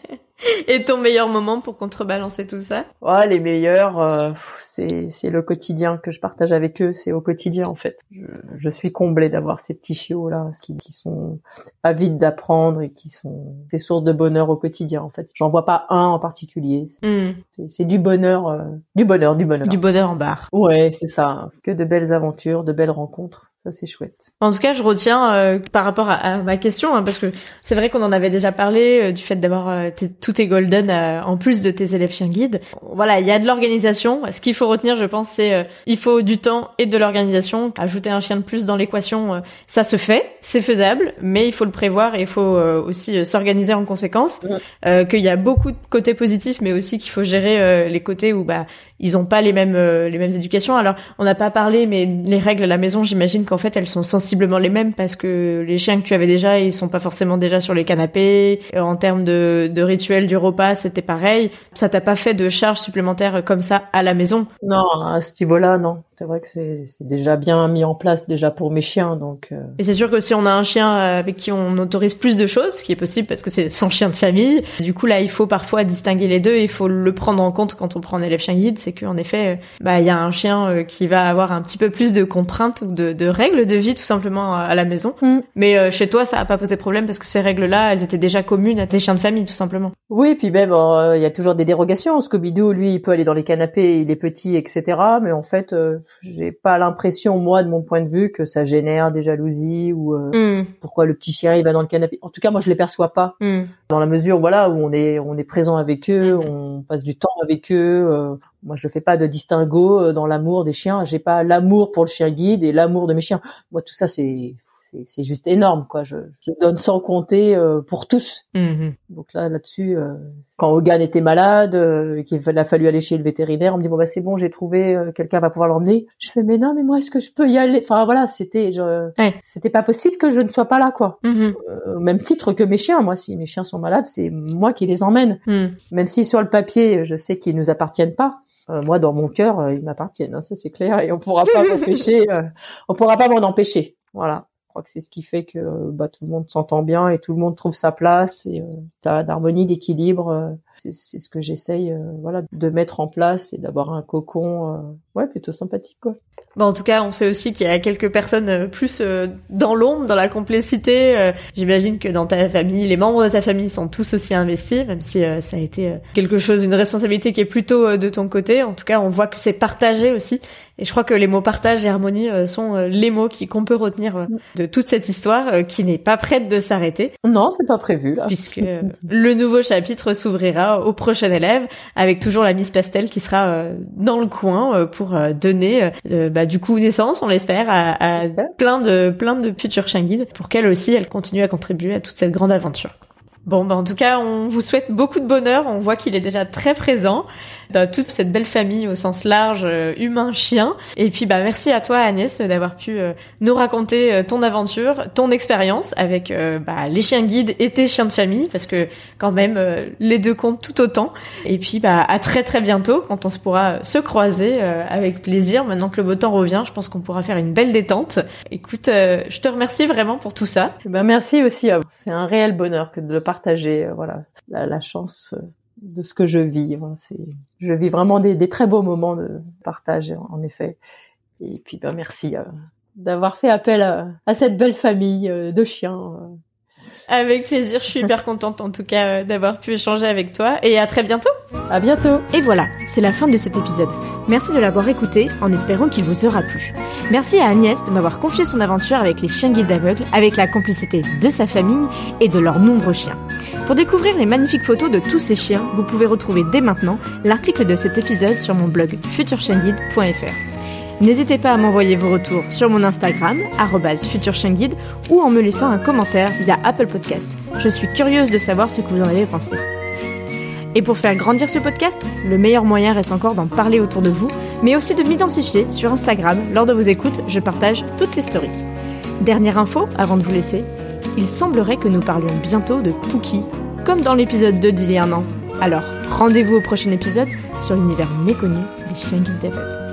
Et ton meilleur moment pour contrebalancer tout ça? Ouais, les meilleurs, euh, c'est c'est le quotidien que je partage avec eux. C'est au quotidien en fait. Je, je suis comblée d'avoir ces petits chiots là, qui, qui sont avides d'apprendre et qui sont des sources de bonheur au quotidien en fait. J'en vois pas un en particulier. Mm. C'est, c'est du bonheur, euh, du bonheur, du bonheur. Du bonheur en barre. Ouais, c'est ça. Que de belles aventures, de belles rencontres. Ça, c'est chouette. En tout cas, je retiens euh, par rapport à, à ma question, hein, parce que c'est vrai qu'on en avait déjà parlé euh, du fait d'avoir euh, t- tous tes golden euh, en plus de tes élèves chiens guides. Voilà, il y a de l'organisation. Ce qu'il faut retenir, je pense, c'est euh, il faut du temps et de l'organisation. Ajouter un chien de plus dans l'équation, euh, ça se fait, c'est faisable, mais il faut le prévoir et il faut euh, aussi euh, s'organiser en conséquence. Mmh. Euh, qu'il y a beaucoup de côtés positifs, mais aussi qu'il faut gérer euh, les côtés où bah ils ont pas les mêmes euh, les mêmes éducations. Alors, on n'a pas parlé, mais les règles à la maison, j'imagine qu'en fait, elles sont sensiblement les mêmes parce que les chiens que tu avais déjà, ils sont pas forcément déjà sur les canapés. En termes de, de rituel du repas, c'était pareil. Ça t'a pas fait de charges supplémentaires comme ça à la maison? Non, à ce niveau-là, non. C'est vrai que c'est, c'est déjà bien mis en place déjà pour mes chiens, donc. Euh... Et c'est sûr que si on a un chien avec qui on autorise plus de choses, ce qui est possible parce que c'est son chien de famille, du coup là, il faut parfois distinguer les deux. Il faut le prendre en compte quand on prend un élève chien guide, c'est qu'en effet, bah il y a un chien qui va avoir un petit peu plus de contraintes ou de, de règles de vie tout simplement à la maison. Mm. Mais euh, chez toi, ça a pas posé problème parce que ces règles-là, elles étaient déjà communes à tes chiens de famille tout simplement. Oui, puis même il euh, y a toujours des dérogations. Scooby-Doo, lui, il peut aller dans les canapés, il est petit, et cetera. Mais en fait, euh, j'ai pas l'impression, moi, de mon point de vue, que ça génère des jalousies ou euh, mm. pourquoi le petit chien il va dans le canapé. En tout cas, moi, je les perçois pas. Mm. Dans la mesure, voilà, où on est, on est présent avec eux, mm. on passe du temps avec eux. Euh, moi, je fais pas de distinguo dans l'amour des chiens. J'ai pas l'amour pour le chien guide et l'amour de mes chiens. Moi, tout ça, c'est c'est, c'est juste énorme, quoi. Je, je donne sans compter euh, pour tous. Mm-hmm. Donc là, là-dessus, euh, quand Hogan était malade, euh, qu'il a fallu aller chez le vétérinaire, on me dit bon bah c'est bon, j'ai trouvé, euh, quelqu'un va pouvoir l'emmener. Je fais mais non, mais moi est-ce que je peux y aller? Enfin voilà, c'était, je, ouais. c'était pas possible que je ne sois pas là, quoi. Mm-hmm. Euh, au même titre que mes chiens. Moi, si mes chiens sont malades, c'est moi qui les emmène. Mm. Même si sur le papier, je sais qu'ils nous appartiennent pas. Euh, moi, dans mon cœur, euh, ils m'appartiennent. Hein, ça c'est clair, et on pourra pas m'empêcher. Euh, on pourra pas m'en empêcher. Voilà. Je crois que c'est ce qui fait que bah, tout le monde s'entend bien et tout le monde trouve sa place et euh, t'as d'harmonie, d'équilibre. Euh, c'est, c'est ce que j'essaye, euh, voilà, de mettre en place et d'avoir un cocon, euh, ouais, plutôt sympathique, quoi. Bon, en tout cas, on sait aussi qu'il y a quelques personnes plus euh, dans l'ombre, dans la complicité. Euh, j'imagine que dans ta famille, les membres de ta famille sont tous aussi investis, même si euh, ça a été euh, quelque chose, une responsabilité qui est plutôt euh, de ton côté. En tout cas, on voit que c'est partagé aussi. Et je crois que les mots partage et harmonie euh, sont euh, les mots qui, qu'on peut retenir euh, de toute cette histoire euh, qui n'est pas prête de s'arrêter. Non, c'est pas prévu là. Puisque euh, le nouveau chapitre s'ouvrira au prochain élève avec toujours la Miss Pastel qui sera euh, dans le coin euh, pour euh, donner euh, bah, du coup naissance, on l'espère, à, à plein de plein de futurs chiens guides pour qu'elle aussi elle continue à contribuer à toute cette grande aventure. Bon, bah en tout cas, on vous souhaite beaucoup de bonheur. On voit qu'il est déjà très présent dans toute cette belle famille au sens large, euh, humain-chien. Et puis, bah merci à toi, Agnès, d'avoir pu euh, nous raconter euh, ton aventure, ton expérience avec euh, bah, les chiens guides et tes chiens de famille, parce que quand même, euh, les deux comptent tout autant. Et puis, bah à très très bientôt, quand on se pourra se croiser euh, avec plaisir. Maintenant que le beau temps revient, je pense qu'on pourra faire une belle détente. Écoute, euh, je te remercie vraiment pour tout ça. Ben merci aussi à vous. C'est un réel bonheur que de le partager, euh, voilà, la, la chance euh, de ce que je vis. Voilà, c'est, je vis vraiment des, des très beaux moments de partage, en, en effet. Et puis, ben merci euh, d'avoir fait appel à, à cette belle famille euh, de chiens. Euh. Avec plaisir, je suis hyper contente en tout cas euh, d'avoir pu échanger avec toi et à très bientôt. À bientôt. Et voilà, c'est la fin de cet épisode. Merci de l'avoir écouté en espérant qu'il vous aura plu. Merci à Agnès de m'avoir confié son aventure avec les chiens guides aveugles, avec la complicité de sa famille et de leurs nombreux chiens. Pour découvrir les magnifiques photos de tous ces chiens, vous pouvez retrouver dès maintenant l'article de cet épisode sur mon blog futur chien guide point f r. N'hésitez pas à m'envoyer vos retours sur mon Instagram, arobase futur chien guide, ou en me laissant un commentaire via Apple Podcast. Je suis curieuse de savoir ce que vous en avez pensé. Et pour faire grandir ce podcast, le meilleur moyen reste encore d'en parler autour de vous, mais aussi de m'identifier sur Instagram. Lors de vos écoutes, je partage toutes les stories. Dernière info, avant de vous laisser, il semblerait que nous parlions bientôt de Pookie, comme dans l'épisode deux d'il y a un an. Alors, rendez-vous au prochain épisode sur l'univers méconnu des chiens guides d'aveugles.